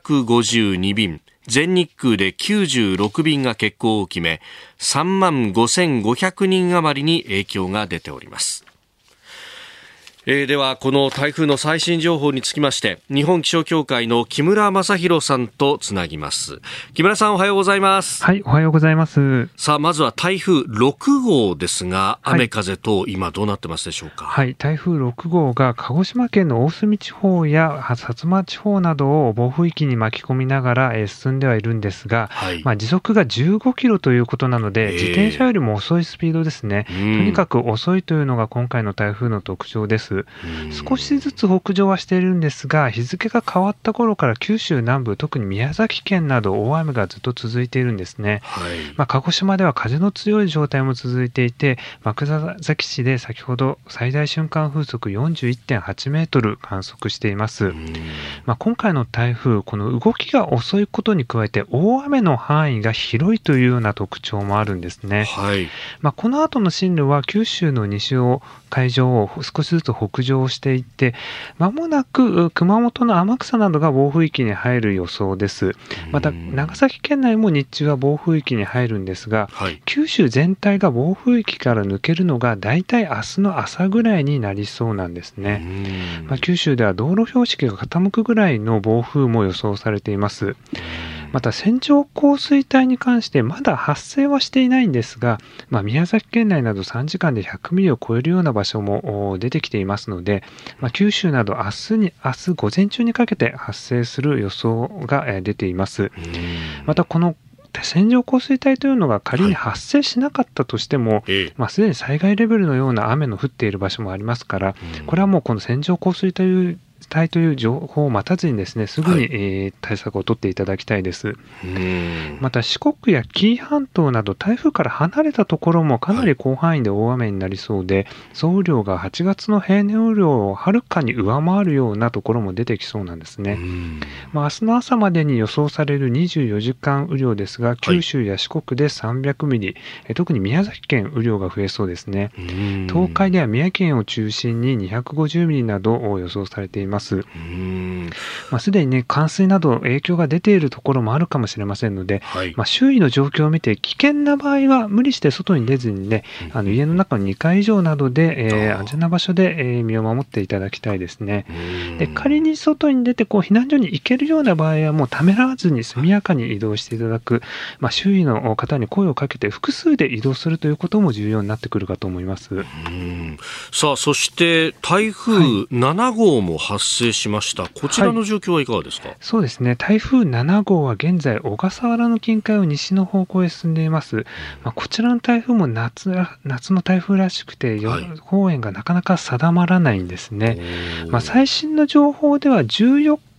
252便、全日空で96便が欠航を決め、3万5500人余りに影響が出ております。ではこの台風の最新情報につきまして日本気象協会の木村正弘さんとつなぎます。木村さん、おはようございます。 はい、おはようございます。 さあ、まずは台風6号ですが、雨風と今どうなってますでしょうか。 はい、台風6号が鹿児島県の大隅地方や薩摩地方などを暴風域に巻き込みながら進んではいるんですが、時速が15キロということなので、自転車よりも遅いスピードですね。とにかく遅いというのが今回の台風の特徴です。少しずつ北上はしているんですが、日付が変わった頃から九州南部、特に宮崎県など大雨がずっと続いているんですね。鹿児島では風の強い状態も続いていて、枕崎市で先ほど最大瞬間風速 41.8 メートル観測しています。今回の台風、この動きが遅いことに加えて大雨の範囲が広いというような特徴もあるんですね。この後の進路は九州の西を海上を少しずつ北上していって、まもなく熊本の天草などが暴風域に入る予想です。また長崎県内も日中は暴風域に入るんですが、九州全体が暴風域から抜けるのがだいたい明日の朝ぐらいになりそうなんですね。九州では道路標識が傾くぐらいの暴風も予想されています。また線状降水帯に関してまだ発生はしていないんですが、宮崎県内など3時間で100ミリを超えるような場所も出てきていますので、九州など明日午前中にかけて発生する予想が出ています。またこの線状降水帯というのが仮に発生しなかったとしても、すでに災害レベルのような雨の降っている場所もありますから、これはもうこの線状降水帯という情報を待たずにですね、すぐに対策を取っていただきたいです。また四国や紀伊半島など台風から離れたところもかなり広範囲で大雨になりそうで、総雨量が8月の平年雨量をはるかに上回るようなところも出てきそうなんですね。明日の朝までに予想される24時間雨量ですが、九州や四国で300ミリ、特に宮崎県雨量が増えそうですね。東海では宮城県を中心に250ミリなどを予想されています。すでに冠水など影響が出ているところもあるかもしれませんので、周囲の状況を見て危険な場合は無理して外に出ずにね、家の中の2階以上などで、安全な場所で、身を守っていただきたいですね。で、仮に外に出て避難所に行けるような場合はもうためらわずに速やかに移動していただく、周囲の方に声をかけて複数で移動するということも重要になってくるかと思います。 さあ、そして台風7号も発生しました。こちらの状況はいかがですか。 そうですね、台風7号は現在小笠原の近海を西の方向へ進んでいます。こちらの台風も夏の台風らしくて、予報円がなかなか定まらないんですね。最新の情報では14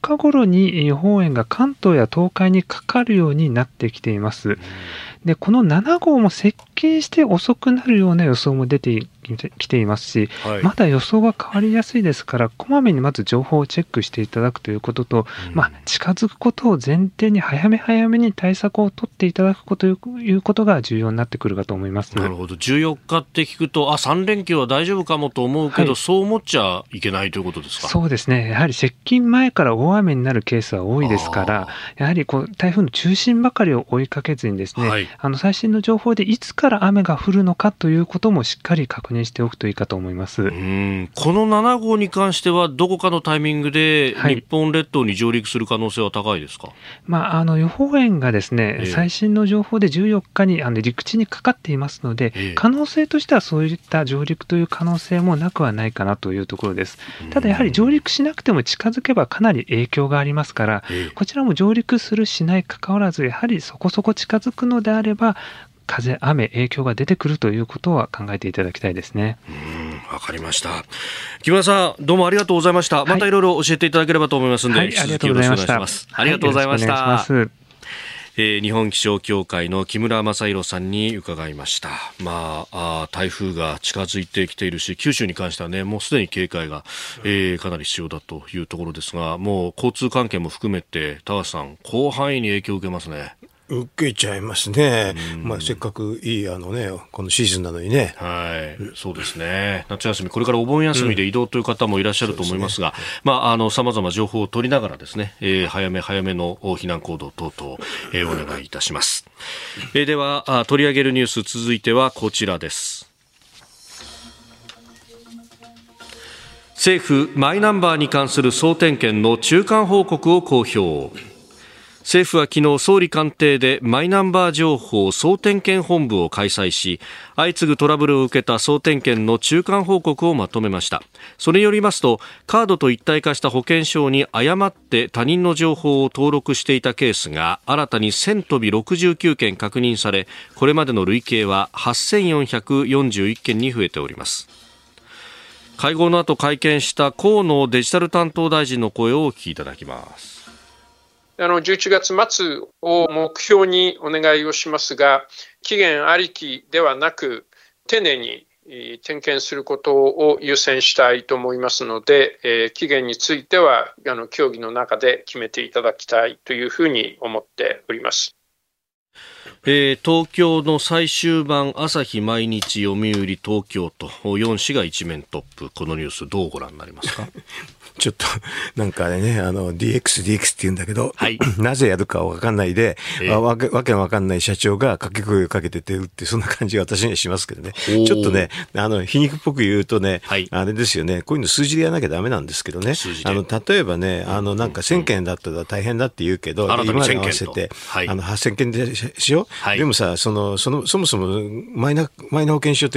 日頃に予報円が関東や東海にかかるようになってきています。で、この7号も接近して遅くなるような予想も出てきていますし、はい、まだ予想は変わりやすいですから、こまめにまず情報をチェックしていただくということと、近づくことを前提に早め早めに対策を取っていただくことということが重要になってくるかと思います。 なるほど。14日って聞くと、3連休は大丈夫かもと思うけど、はい、そう思っちゃいけないということですか。 そうですね。やはり接近前から大雨になるケースは多いですから、やはり台風の中心ばかりを追いかけずにですね、はい、最新の情報でいつから雨が降るのかということもしっかり確認しておくといいかと思います。 この7号に関してはどこかのタイミングで日本列島に上陸する可能性は高いですか。 予報円がですね、最新の情報で14日に陸地にかかっていますので、可能性としてはそういった上陸という可能性もなくはないかなというところです。ただやはり上陸しなくても近づけばかなり影響がありますから、こちらも上陸するしないかかわらず、やはりそこそこ近づくのであれば風、雨、影響が出てくるということは考えていただきたいですね。 わかりました。木村さん、どうもありがとうございました。はい、またいろいろ教えていただければと思いますので、 はい、ありがとうございました。 ありがとうございました。日本気象協会の木村正弘さんに伺いました。台風が近づいてきているし、九州に関してはね、もうすでに警戒が、かなり必要だというところですが、もう交通関係も含めて、田橋さん、広範囲に影響を受けますね。 受けちゃいますね。せっかくいいこのシーズンなのにね。 はい、そうですね。夏休み、これからお盆休みで移動という方もいらっしゃると思いますが、様々情報を取りながらですね、早め早めの避難行動等々、お願いいたします。では、取り上げるニュース続いてはこちらです。政府、マイナンバーに関する総点検の中間報告を公表。政府は昨日総理官邸でマイナンバー情報総点検本部を開催し、相次ぐトラブルを受けた総点検の中間報告をまとめました。それによりますと、カードと一体化した保険証に誤って他人の情報を登録していたケースが新たに1000飛び69件確認され、これまでの累計は8441件に増えております。会合の後会見した河野デジタル担当大臣の声をお聞きいただきます。 11月末を目標にお願いをしますが、期限ありきではなく、丁寧に点検することを優先したいと思いますので、期限については協議の中で決めていただきたいというふうに思っております。 東京の最終版、朝日毎日、読売、東京と4紙が一面トップ。このニュースどうご覧になりますか。 ちょっとなんかね、DX って言うんだけど、 はい、 なぜやるかわかんないで、わけわかんない社長が掛け声をかけててるって、そんな感じが私にはしますけどね。ちょっとね、皮肉っぽく言うとね、はい、あれですよね、こういうの数字でやらなきゃダメなんですけどね、例えばね、なんか1000件だったら大変だって言うけど、今に合わせて、はい、8000件でしょ、はい、でもさ、そもそもマイナ保険証って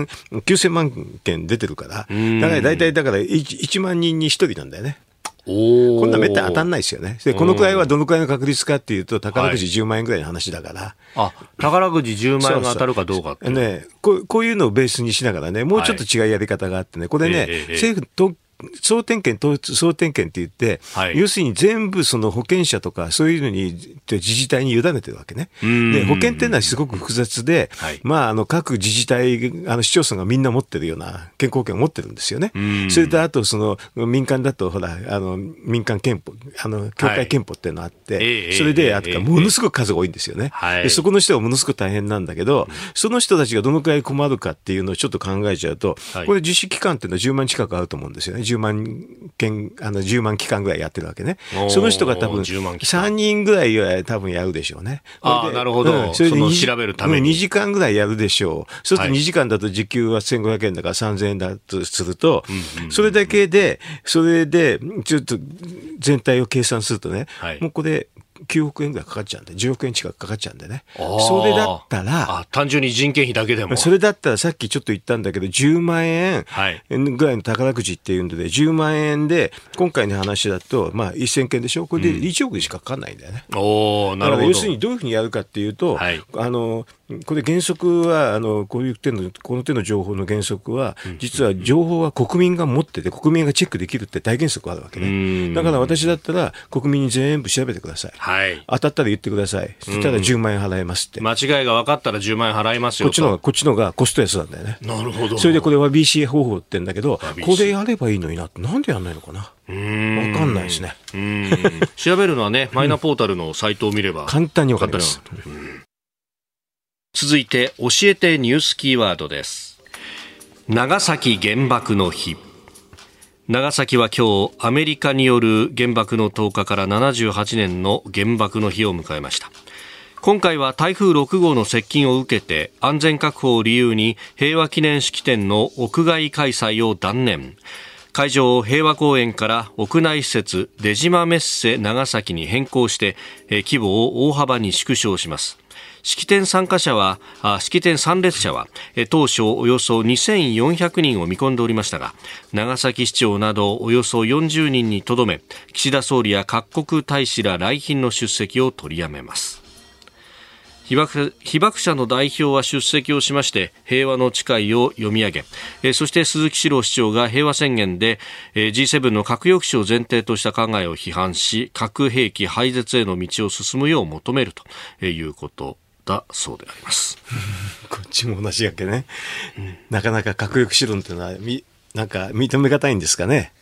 9000万件出てるから、だから大体1万人に1人なんだよね。こんなめったに当たんないですよね。で、このくらいはどのくらいの確率かっていうと、宝くじ10万円ぐらいの話だから。 はい、宝くじ10万円が当たるかどうかって。 ね、こういうのをベースにしながらね、もうちょっと違うやり方があってね、これね、政府と総点検って言って、はい、要するに全部その保険者とかそういうのに自治体に委ねてるわけね。で、保険っていうのはすごく複雑で、はい、各自治体、市町村がみんな持ってるような健康保険を持ってるんですよね。それとあと民間だとほら、民間憲法、協会憲法っていうのがあって、それで、あとかものすごく数が多いんですよね。でそこの人はものすごく大変なんだけど、その人たちがどのくらい困るかっていうのをちょっと考えちゃうと、これ実施期間っていうのは10万近くあると思うんですよね。10万期間ぐらいやってるわけね。その人が多分3人ぐらいは多分やるでしょうね。 なるほど。それで調べるために。 2時間ぐらいやるでしょう。そうすると2時間だと時給は1500円だから3000円だとすると、それだけで、ちょっと全体を計算するとね、もうこれ、9億円ぐらいかかっちゃうんで、10億円近くかかっちゃうんでね。それだったら、 単純に人件費だけでも。 それだったらさっきちょっと言ったんだけど、10万円ぐらいの宝くじっていうので、10万円で、今回の話だと、1000件でしょ、これで1億しかかかんないんだよね。 なるほど。 だから要するにどういうふうにやるかっていうと、 これ原則はこの手の情報の原則は、実は情報は国民が持ってて国民がチェックできるって大原則があるわけね。だから私だったら国民に全部調べてください、はい、当たったら言ってください、そしたら10万円払えますって、 間違いが分かったら10万円払いますよと。こっちのがコスト安なんだよね。 なるほど。 それでこれは BCA 方法って言うんだけど、これやればいいのになって、なんでやんないのかな、分かんないですね。 調べるのはね、マイナポータルのサイトを見れば簡単に分かります。 続いて教えてニュースキーワードです。長崎原爆の日。長崎は今日アメリカによる原爆の投下から78年の原爆の日を迎えました。今回は台風6号の接近を受けて安全確保を理由に平和記念式典の屋外開催を断念。会場を平和公園から屋内施設出島メッセ長崎に変更して規模を大幅に縮小します。式典参列者は当初およそ2400人を見込んでおりましたが、長崎市長などおよそ40人にとどめ、岸田総理や各国大使ら来賓の出席を取りやめます。被爆者の代表は出席をしまして平和の誓いを読み上げ、そして鈴木史郎市長が平和宣言で G7 の核抑止を前提とした考えを批判し、核兵器廃絶への道を進むよう求めるということだそうであります。 こっちも同じやけね、なかなか核抑止論というのはなんか認めがたいんですかね。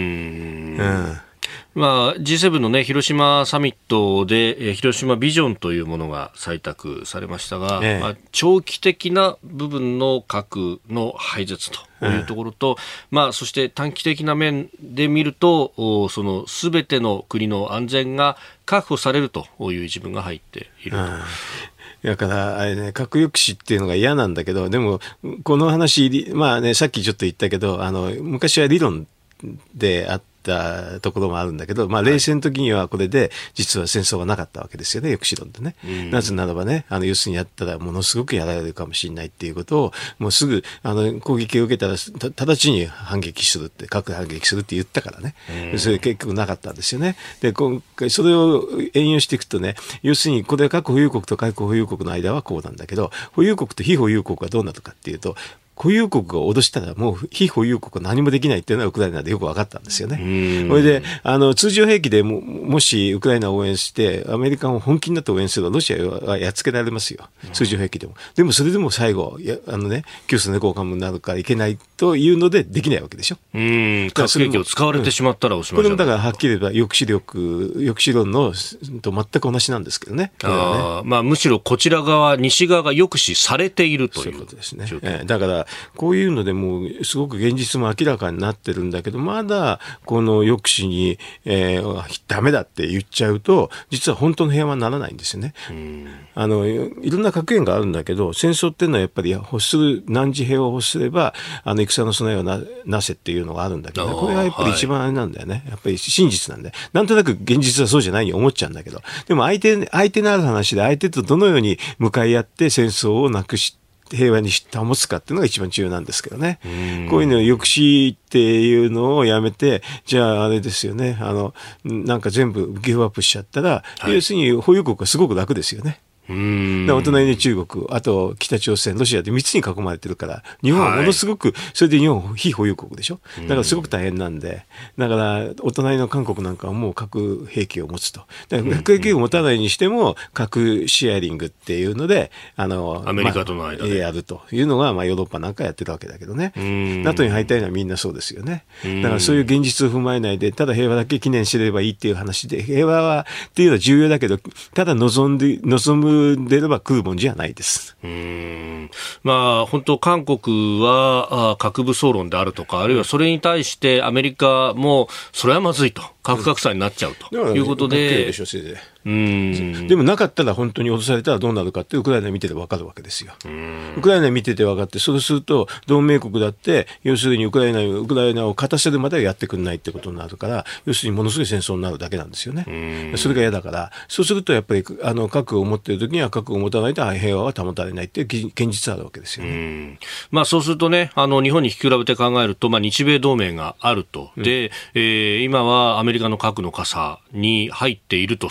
G7 の、広島サミットで、広島ビジョンというものが採択されましたが、長期的な部分の核の廃絶というところと、そして短期的な面で見ると、そのすべての国の安全が確保されるという一文が入っていると。 だからあれね、核抑止っていうのが嫌なんだけど、でもこの話、さっきちょっと言ったけど、昔は理論であったところもあるんだけど、冷戦の時にはこれで実は戦争はなかったわけですよね、抑止論でね。なぜならばね、要するにやったらものすごくやられるかもしれないっていうことを、もうすぐ攻撃を受けたら直ちに反撃するって、核反撃するって言ったからね。それ結局なかったんですよね。で、今回それを援用していくとね、要するにこれは核保有国と核保有国の間はこうなんだけど、保有国と非保有国はどうなるかっていうと、保有国が脅したらもう非保有国は何もできないっていうのはウクライナでよく分かったんですよね。それで通常兵器でもしウクライナを応援してアメリカを本気になって応援すればロシアはやっつけられますよ、通常兵器でも。でもそれでも最後旧ソ連交換になるからいけないというのでできないわけでしょ。 核兵器を使われてしまったらおしまいじゃない。 これもだからはっきり言えば抑止論のと全く同じなんですけどね。 むしろこちら側西側が抑止されているという。 そういうことですね。だからこういうのでもうすごく現実も明らかになってるんだけど、まだこの抑止に、ダメだって言っちゃうと実は本当の平和にならないんですよね。いろんな格言があるんだけど、戦争っていうのはやっぱり何時平和を欲すれば戦の備えを なせっていうのがあるんだけど、これがやっぱり一番あれなんだよね。やっぱり真実なんで、なんとなく現実はそうじゃないように思っちゃうんだけど、でも相手のある話で相手とどのように向かい合って戦争をなくして平和に保つかっていうのが一番重要なんですけどね。こういうのを抑止っていうのをやめて、じゃああれですよね、なんか全部ギブアップしちゃったら、要するに保有国はすごく楽ですよね。お隣に中国、あと北朝鮮、ロシアで3つに囲まれてるから、日本はものすごく、それで日本は非保有国でしょ。だからすごく大変なんで、だからお隣の韓国なんかはもう核兵器を持つと。だから核兵器を持たないにしても核シェアリングっていうので、 アメリカとの間でやるというのが、ヨーロッパなんかやってるわけだけどね。NATO に入りたいのはみんなそうですよね。だからそういう現実を踏まえないで、ただ平和だけ記念すればいいっていう話で、平和はっていうのは重要だけど、ただ望む出れば来るもんじゃないです。 本当韓国は核武装論であるとか、あるいはそれに対してアメリカもそれはまずいと、核格差になっちゃうということで、でもなかったら本当に脅されたらどうなるかってウクライナ見てて分かるわけですよ。ウクライナ見てて分かって、そうすると同盟国だって要するにウクライナを勝たせるまではやってくれないってことになるから、要するにものすごい戦争になるだけなんですよね。それが嫌だから、そうするとやっぱり核を持っている時には核を持たないと平和は保たれないっていう現実あるわけですよね。そうするとね、日本に比べて考えると、日米同盟があると。で、今はアメリカの核の傘に入っているとされて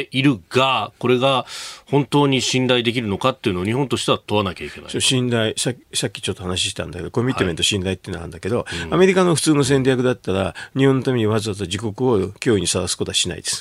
ているが、これが本当に信頼できるのかっていうのを日本としては問わなきゃいけない。 信頼、さっきちょっと話したんだけど、コミットメント信頼っていうのがあるんだけど、アメリカの普通の戦略だったら、日本のためにわざわざ自国を脅威にさらすことはしないです。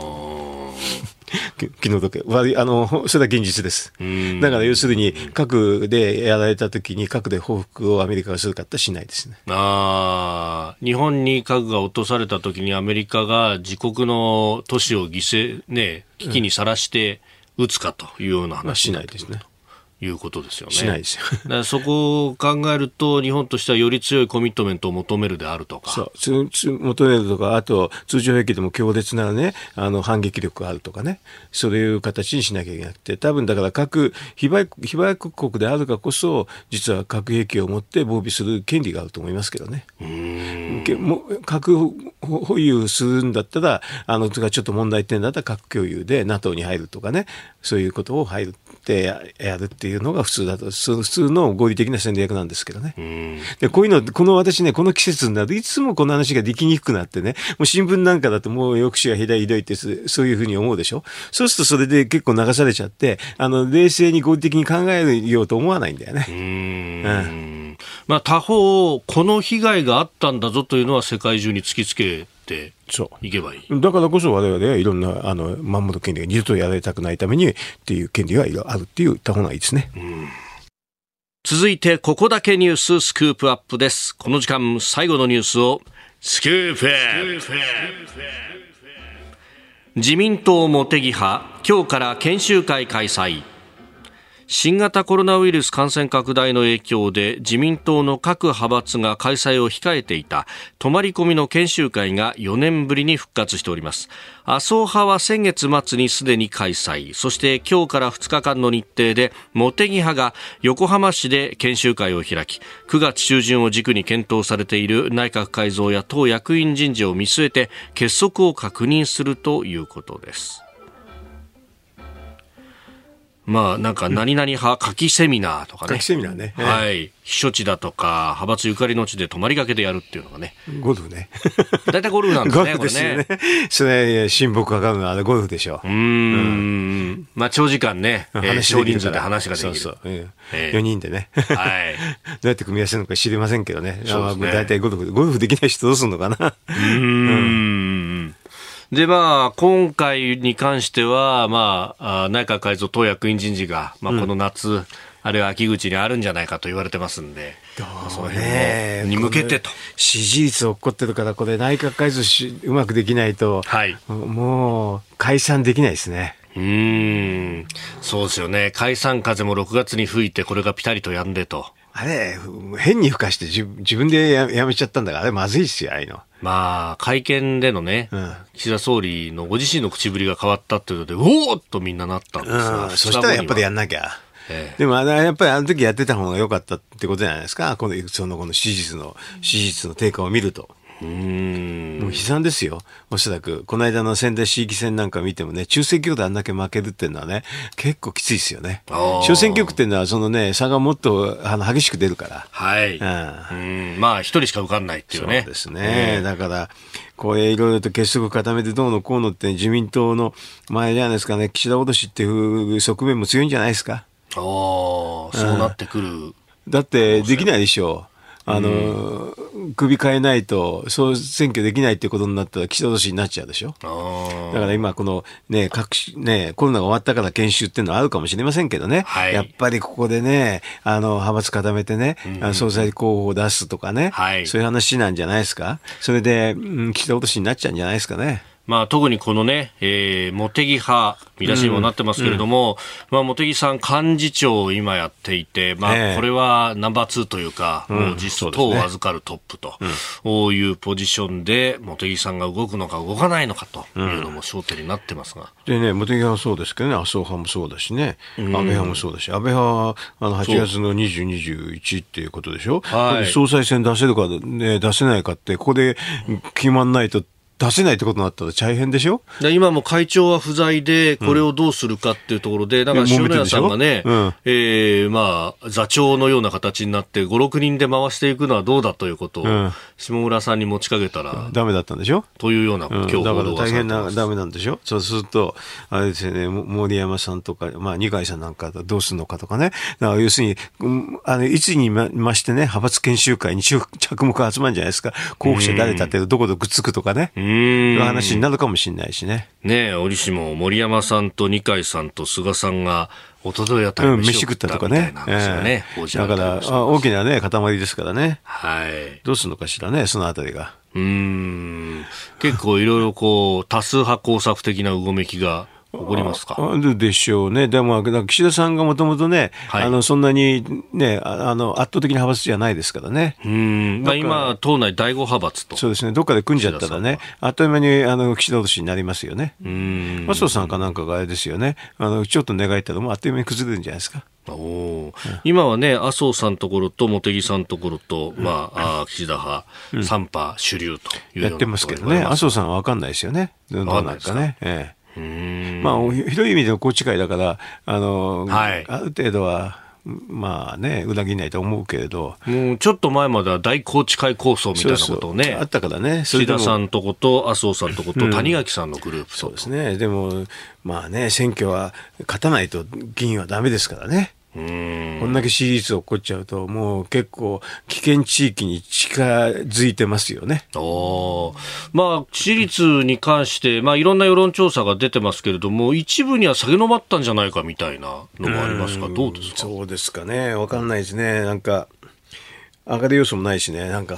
気の毒。それは現実です。だから要するに、核でやられたときに、核で報復をアメリカがするかってしないですね。 日本に核が落とされたときにアメリカが自国の都市を危機にさらして撃つかというような話しないですね。 いうことですよね。 しないですよ。 だからそこを考えると、日本としてはより強いコミットメントを求めるであるとか。 そう、求めるとか、あと、通常兵器でも強烈なね、反撃力があるとかね、そういう形にしなきゃいけなくて、多分だから被爆国であるからこそ、実は核兵器を持って防備する権利があると思いますけどね。核保有するんだったら、ちょっと問題点だったら核共有で NATO に入るとかね、そういうことを入ってやるっていうのが普通だと、普通の合理的な戦略なんですけどね。で、こういうの、私ね、この季節になるといつもこの話ができにくくなってね、もう新聞なんかだともう抑止がひどいって、そういうふうに思うでしょ。そうするとそれで結構流されちゃって、冷静に合理的に考えようと思わないんだよね。 他方、この被害があったんだぞというのは世界中に突きつけていけばいい。 だからこそ我々はいろんな守る権利が二度とやられたくないためにっていう権利があるって言った方がいいですね。 続いてここだけニューススクープアップです。この時間最後のニュースをスクープアップ。自民党茂木派今日から研修会開催。新型コロナウイルス感染拡大の影響で自民党の各派閥が開催を控えていた泊まり込みの研修会が4年ぶりに復活しております。麻生派は先月末にすでに開催、そして今日から2日間の日程で茂木派が横浜市で研修会を開き、9月中旬を軸に検討されている内閣改造や党役員人事を見据えて結束を確認するということです。なんか何々派夏季セミナーとかね。 夏季セミナーね。 はい。避暑地だとか、派閥ゆかりの地で泊まりがけでやるっていうのがね。 ゴルフね。 大体ゴルフなんですね。 ゴルフですよね。それ、親睦がかるのはゴルフでしょ。 長時間ね、少人数で話ができる。 そう。4人でね。 はい。 どうやって組み合わせるのか知りませんけどね。大体ゴルフできない人どうするのかな。 で、今回に関しては、内閣改造党役員人事が、この夏、あるいは秋口にあるんじゃないかと言われてますんで、その辺に向けてと。 支持率起こってるから、これ内閣改造うまくできないと、もう解散できないですね。 そうですよね。解散風も6月に吹いて、これがピタリと止んでと。 あれ、変に吹かして自分でやめちゃったんだから、あれまずいっすよ、ああいうの。 会見でのね、岸田総理のご自身の口ぶりが変わったっていうので、おーっとみんななったんですが、 そしたらやっぱりやんなきゃ。でもやっぱりあの時やってた方が良かったってことじゃないですか。この支持率の低下を見ると。もう悲惨ですよ。おそらく。この間の仙台市議選なんか見てもね、中選挙区であんだけ負けるっていうのはね、結構きついですよね。小選挙区っていうのは、差がもっと激しく出るから。 はい。一人しか受かんないっていうね。 そうですね。だから、こういろいろと結束固めてどうのこうのって自民党の前じゃないですかね、岸田脅しっていう側面も強いんじゃないですか。 そうなってくる。 だって、できないでしょう。首変えないと、そう選挙できないっていうことになったら岸田脅しになっちゃうでしょ。だから今このコロナが終わったから研修っていうのはあるかもしれませんけどね。やっぱりここでね、派閥固めてね、総裁候補を出すとかね、そういう話なんじゃないですか。それで、岸田脅しになっちゃうんじゃないですかね。 特にこのね、茂木派、見出しにもなってますけれども、茂木さん幹事長を今やっていて、これはナンバー2というか、もう実質党を預かるトップというポジションで、茂木さんが動くのか動かないのかというのも焦点になってますが。 でね、茂木派はそうですけどね、麻生派もそうだしね、安倍派もそうだし、安倍派は8月の20、21っていうことでしょ。総裁選出せるか、出せないかって、ここで決まんないと、 出せないってことになったら大変でしょ。 今も会長は不在でこれをどうするかっていうところで、だから塩谷さんがね、まあ、座長のような形になって5、6人で回していくのはどうだということを下村さんに持ちかけたらダメだったんでしょというような情報だから大変なダメなんでしょ。そうするとあれですよね、森山さんとか、まあ、二階さんなんかどうするのかとかね。だから要するにいつにましてね、派閥研修会に着目が集まるんじゃないですか。候補者誰立てる、どことくっつくとかね、いう話になるかもしれないしね。 ねえ、折しも森山さんと二階さんと菅さんがおとといあたり飯食ったとかね。だから大きなね塊ですからね。はい。どうするのかしらね、そのあたりが。 結構いろいろこう多数派工作的なうごめきが起こりますか。 でしょうね。でも岸田さんがもともとね、そんなにね圧倒的な派閥じゃないですからね。 まあ、今党内第5派閥と。 そうですね。どっかで組んじゃったらね、あっという間に岸田落としになりますよね。麻生さんかなんかがあれですよね。ちょっと願いたらもうあっという間に崩れるんじゃないですか。 今はね、麻生さんのところと茂木さんのところと、まあ、岸田派、3派主流というようなやってますけどね。麻生さんは分かんないですよね。どうなんかね。まあ、広い意味での宏池会だから、ある程度は、まあね、裏切らないと思うけれど。 もうちょっと前までは大宏池会構想みたいなことをね。 あったからね。 岸田さんとこと麻生さんとこと谷垣さんのグループと。 そうですね。でも、まあね、選挙は勝たないと議員はダメですからね。こんだけ支持率起こっちゃうともう結構危険地域に近づいてますよね。 まあ、支持率に関して、まあ、いろんな世論調査が出てますけれども一部には下げ止まったんじゃないかみたいなのもありますがどうですか。 そうですかね、分かんないですね。なんか上がる要素もないしね。なんか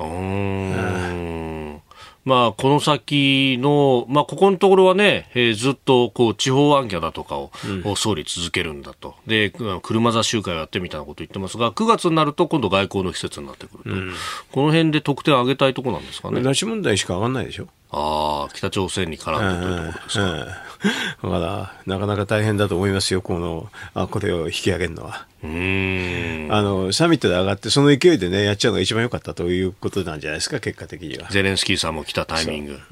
まあ、この先の、まあ、ここのところはね、ずっとこう地方行脚だとかを総理続けるんだと。で、車座集会をやってみたいなこと言ってますが、9月になると今度外交の季節になってくると。この辺で得点を上げたいところなんですかね。 拉致問題しか上がんないでしょ。 北朝鮮に絡んでくるところですか。 だからなかなか大変だと思いますよ。これを引き上げるのは。サミットで上がってその勢いでねやっちゃうのが一番良かったということなんじゃないですか。結果的にはゼレンスキーさんも来たタイミング。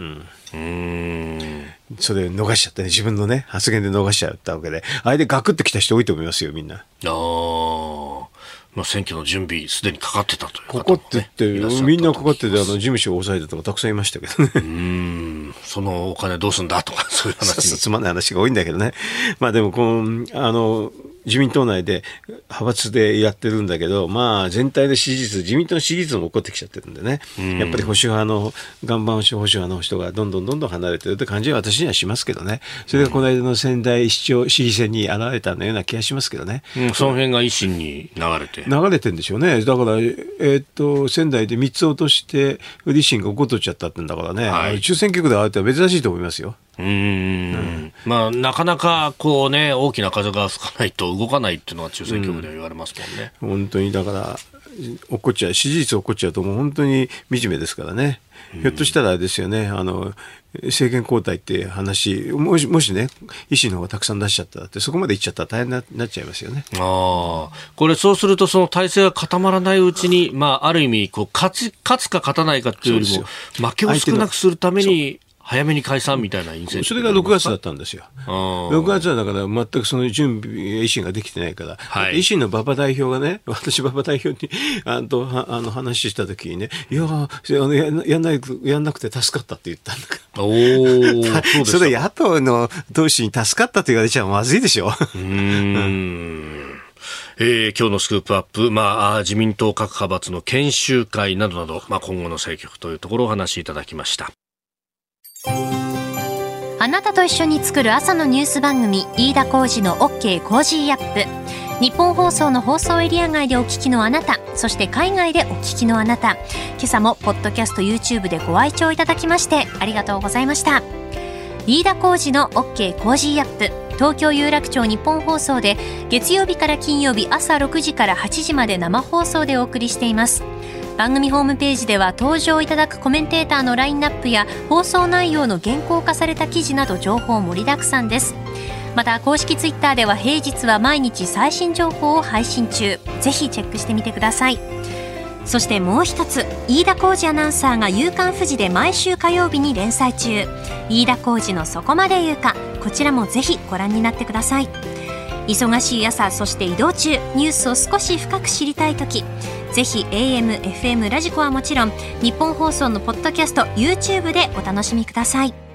それ逃しちゃってね、自分のね発言で逃しちゃったわけで、あれでガクッと来た人多いと思いますよ、みんな。 まあ、選挙の準備すでにかかってたという方も、ね、 かかってってみんなかかってて事務所を抑えてとかたくさんいましたけどね。 そのお金どうすんだとかそういう話つまんない話が多いんだけどね。まあでも自民党内で派閥でやってるんだけど、まあ全体の支持率、自民党の支持率も起こってきちゃってるんでね、やっぱり保守派の岩盤保守派の人がどんどん離れてるって感じは私にはしますけどね。それがこの間の仙台市長市議選に現れたような気がしますけどね。 その辺が維新に流れてるんでしょうね。だから仙台で3つ落として維新が5取っちゃったってんだからね、抽選局であれって珍しいと思いますよ。 まあ、なかなかこうね大きな風が吹かないと動かないっていうのが中選挙区では言われますもんね。 本当にだから落っこっちゃう、支持率落っこっちゃうともう本当に惨めですからね。ひょっとしたらあれですよね、政権交代って話もしね維新の方がたくさん出しちゃったってそこまでいっちゃったら大変になっちゃいますよね。 これそうするとその体制が固まらないうちに、まあ、ある意味こう勝つか勝たないかっていうよりも負けを少なくするために早めに解散みたいなインセンティブ。 それが6月だったんですよ。6月はだから全くその準備維新ができてないから、維新の馬場代表がね、私馬場代表に話した時にね、いややんなくて助かったって言ったんだから。そうそれ野党の党首に助かったと言われちゃまずいでしょ。 今日のスクープアップ、まあ、自民党各派閥の研修会などなど、まあ、今後の政局というところをお話しいただきました。 あなたと一緒に作る朝のニュース番組飯田浩司の OK コージーアップ。日本放送の放送エリア外でお聞きのあなた、そして海外でお聞きのあなた、今朝もポッドキャスト YouTube でご愛聴いただきましてありがとうございました。飯田浩司の OK コージーアップ、東京有楽町日本放送で月曜日から金曜日朝6時から8時まで生放送でお送りしています。番組ホームページでは登場いただくコメンテーターのラインナップや放送内容の原稿化された記事など情報盛りだくさんです。また公式ツイッターでは平日は毎日最新情報を配信中、ぜひチェックしてみてください。 そしてもう一つ、飯田浩二アナウンサーが夕刊フジで毎週火曜日に連載中、飯田浩二のそこまで言うか、こちらもぜひご覧になってください。忙しい朝、そして移動中、ニュースを少し深く知りたいとき、ぜひ AM、FM、ラジコはもちろん日本放送のポッドキャスト、YouTube でお楽しみください。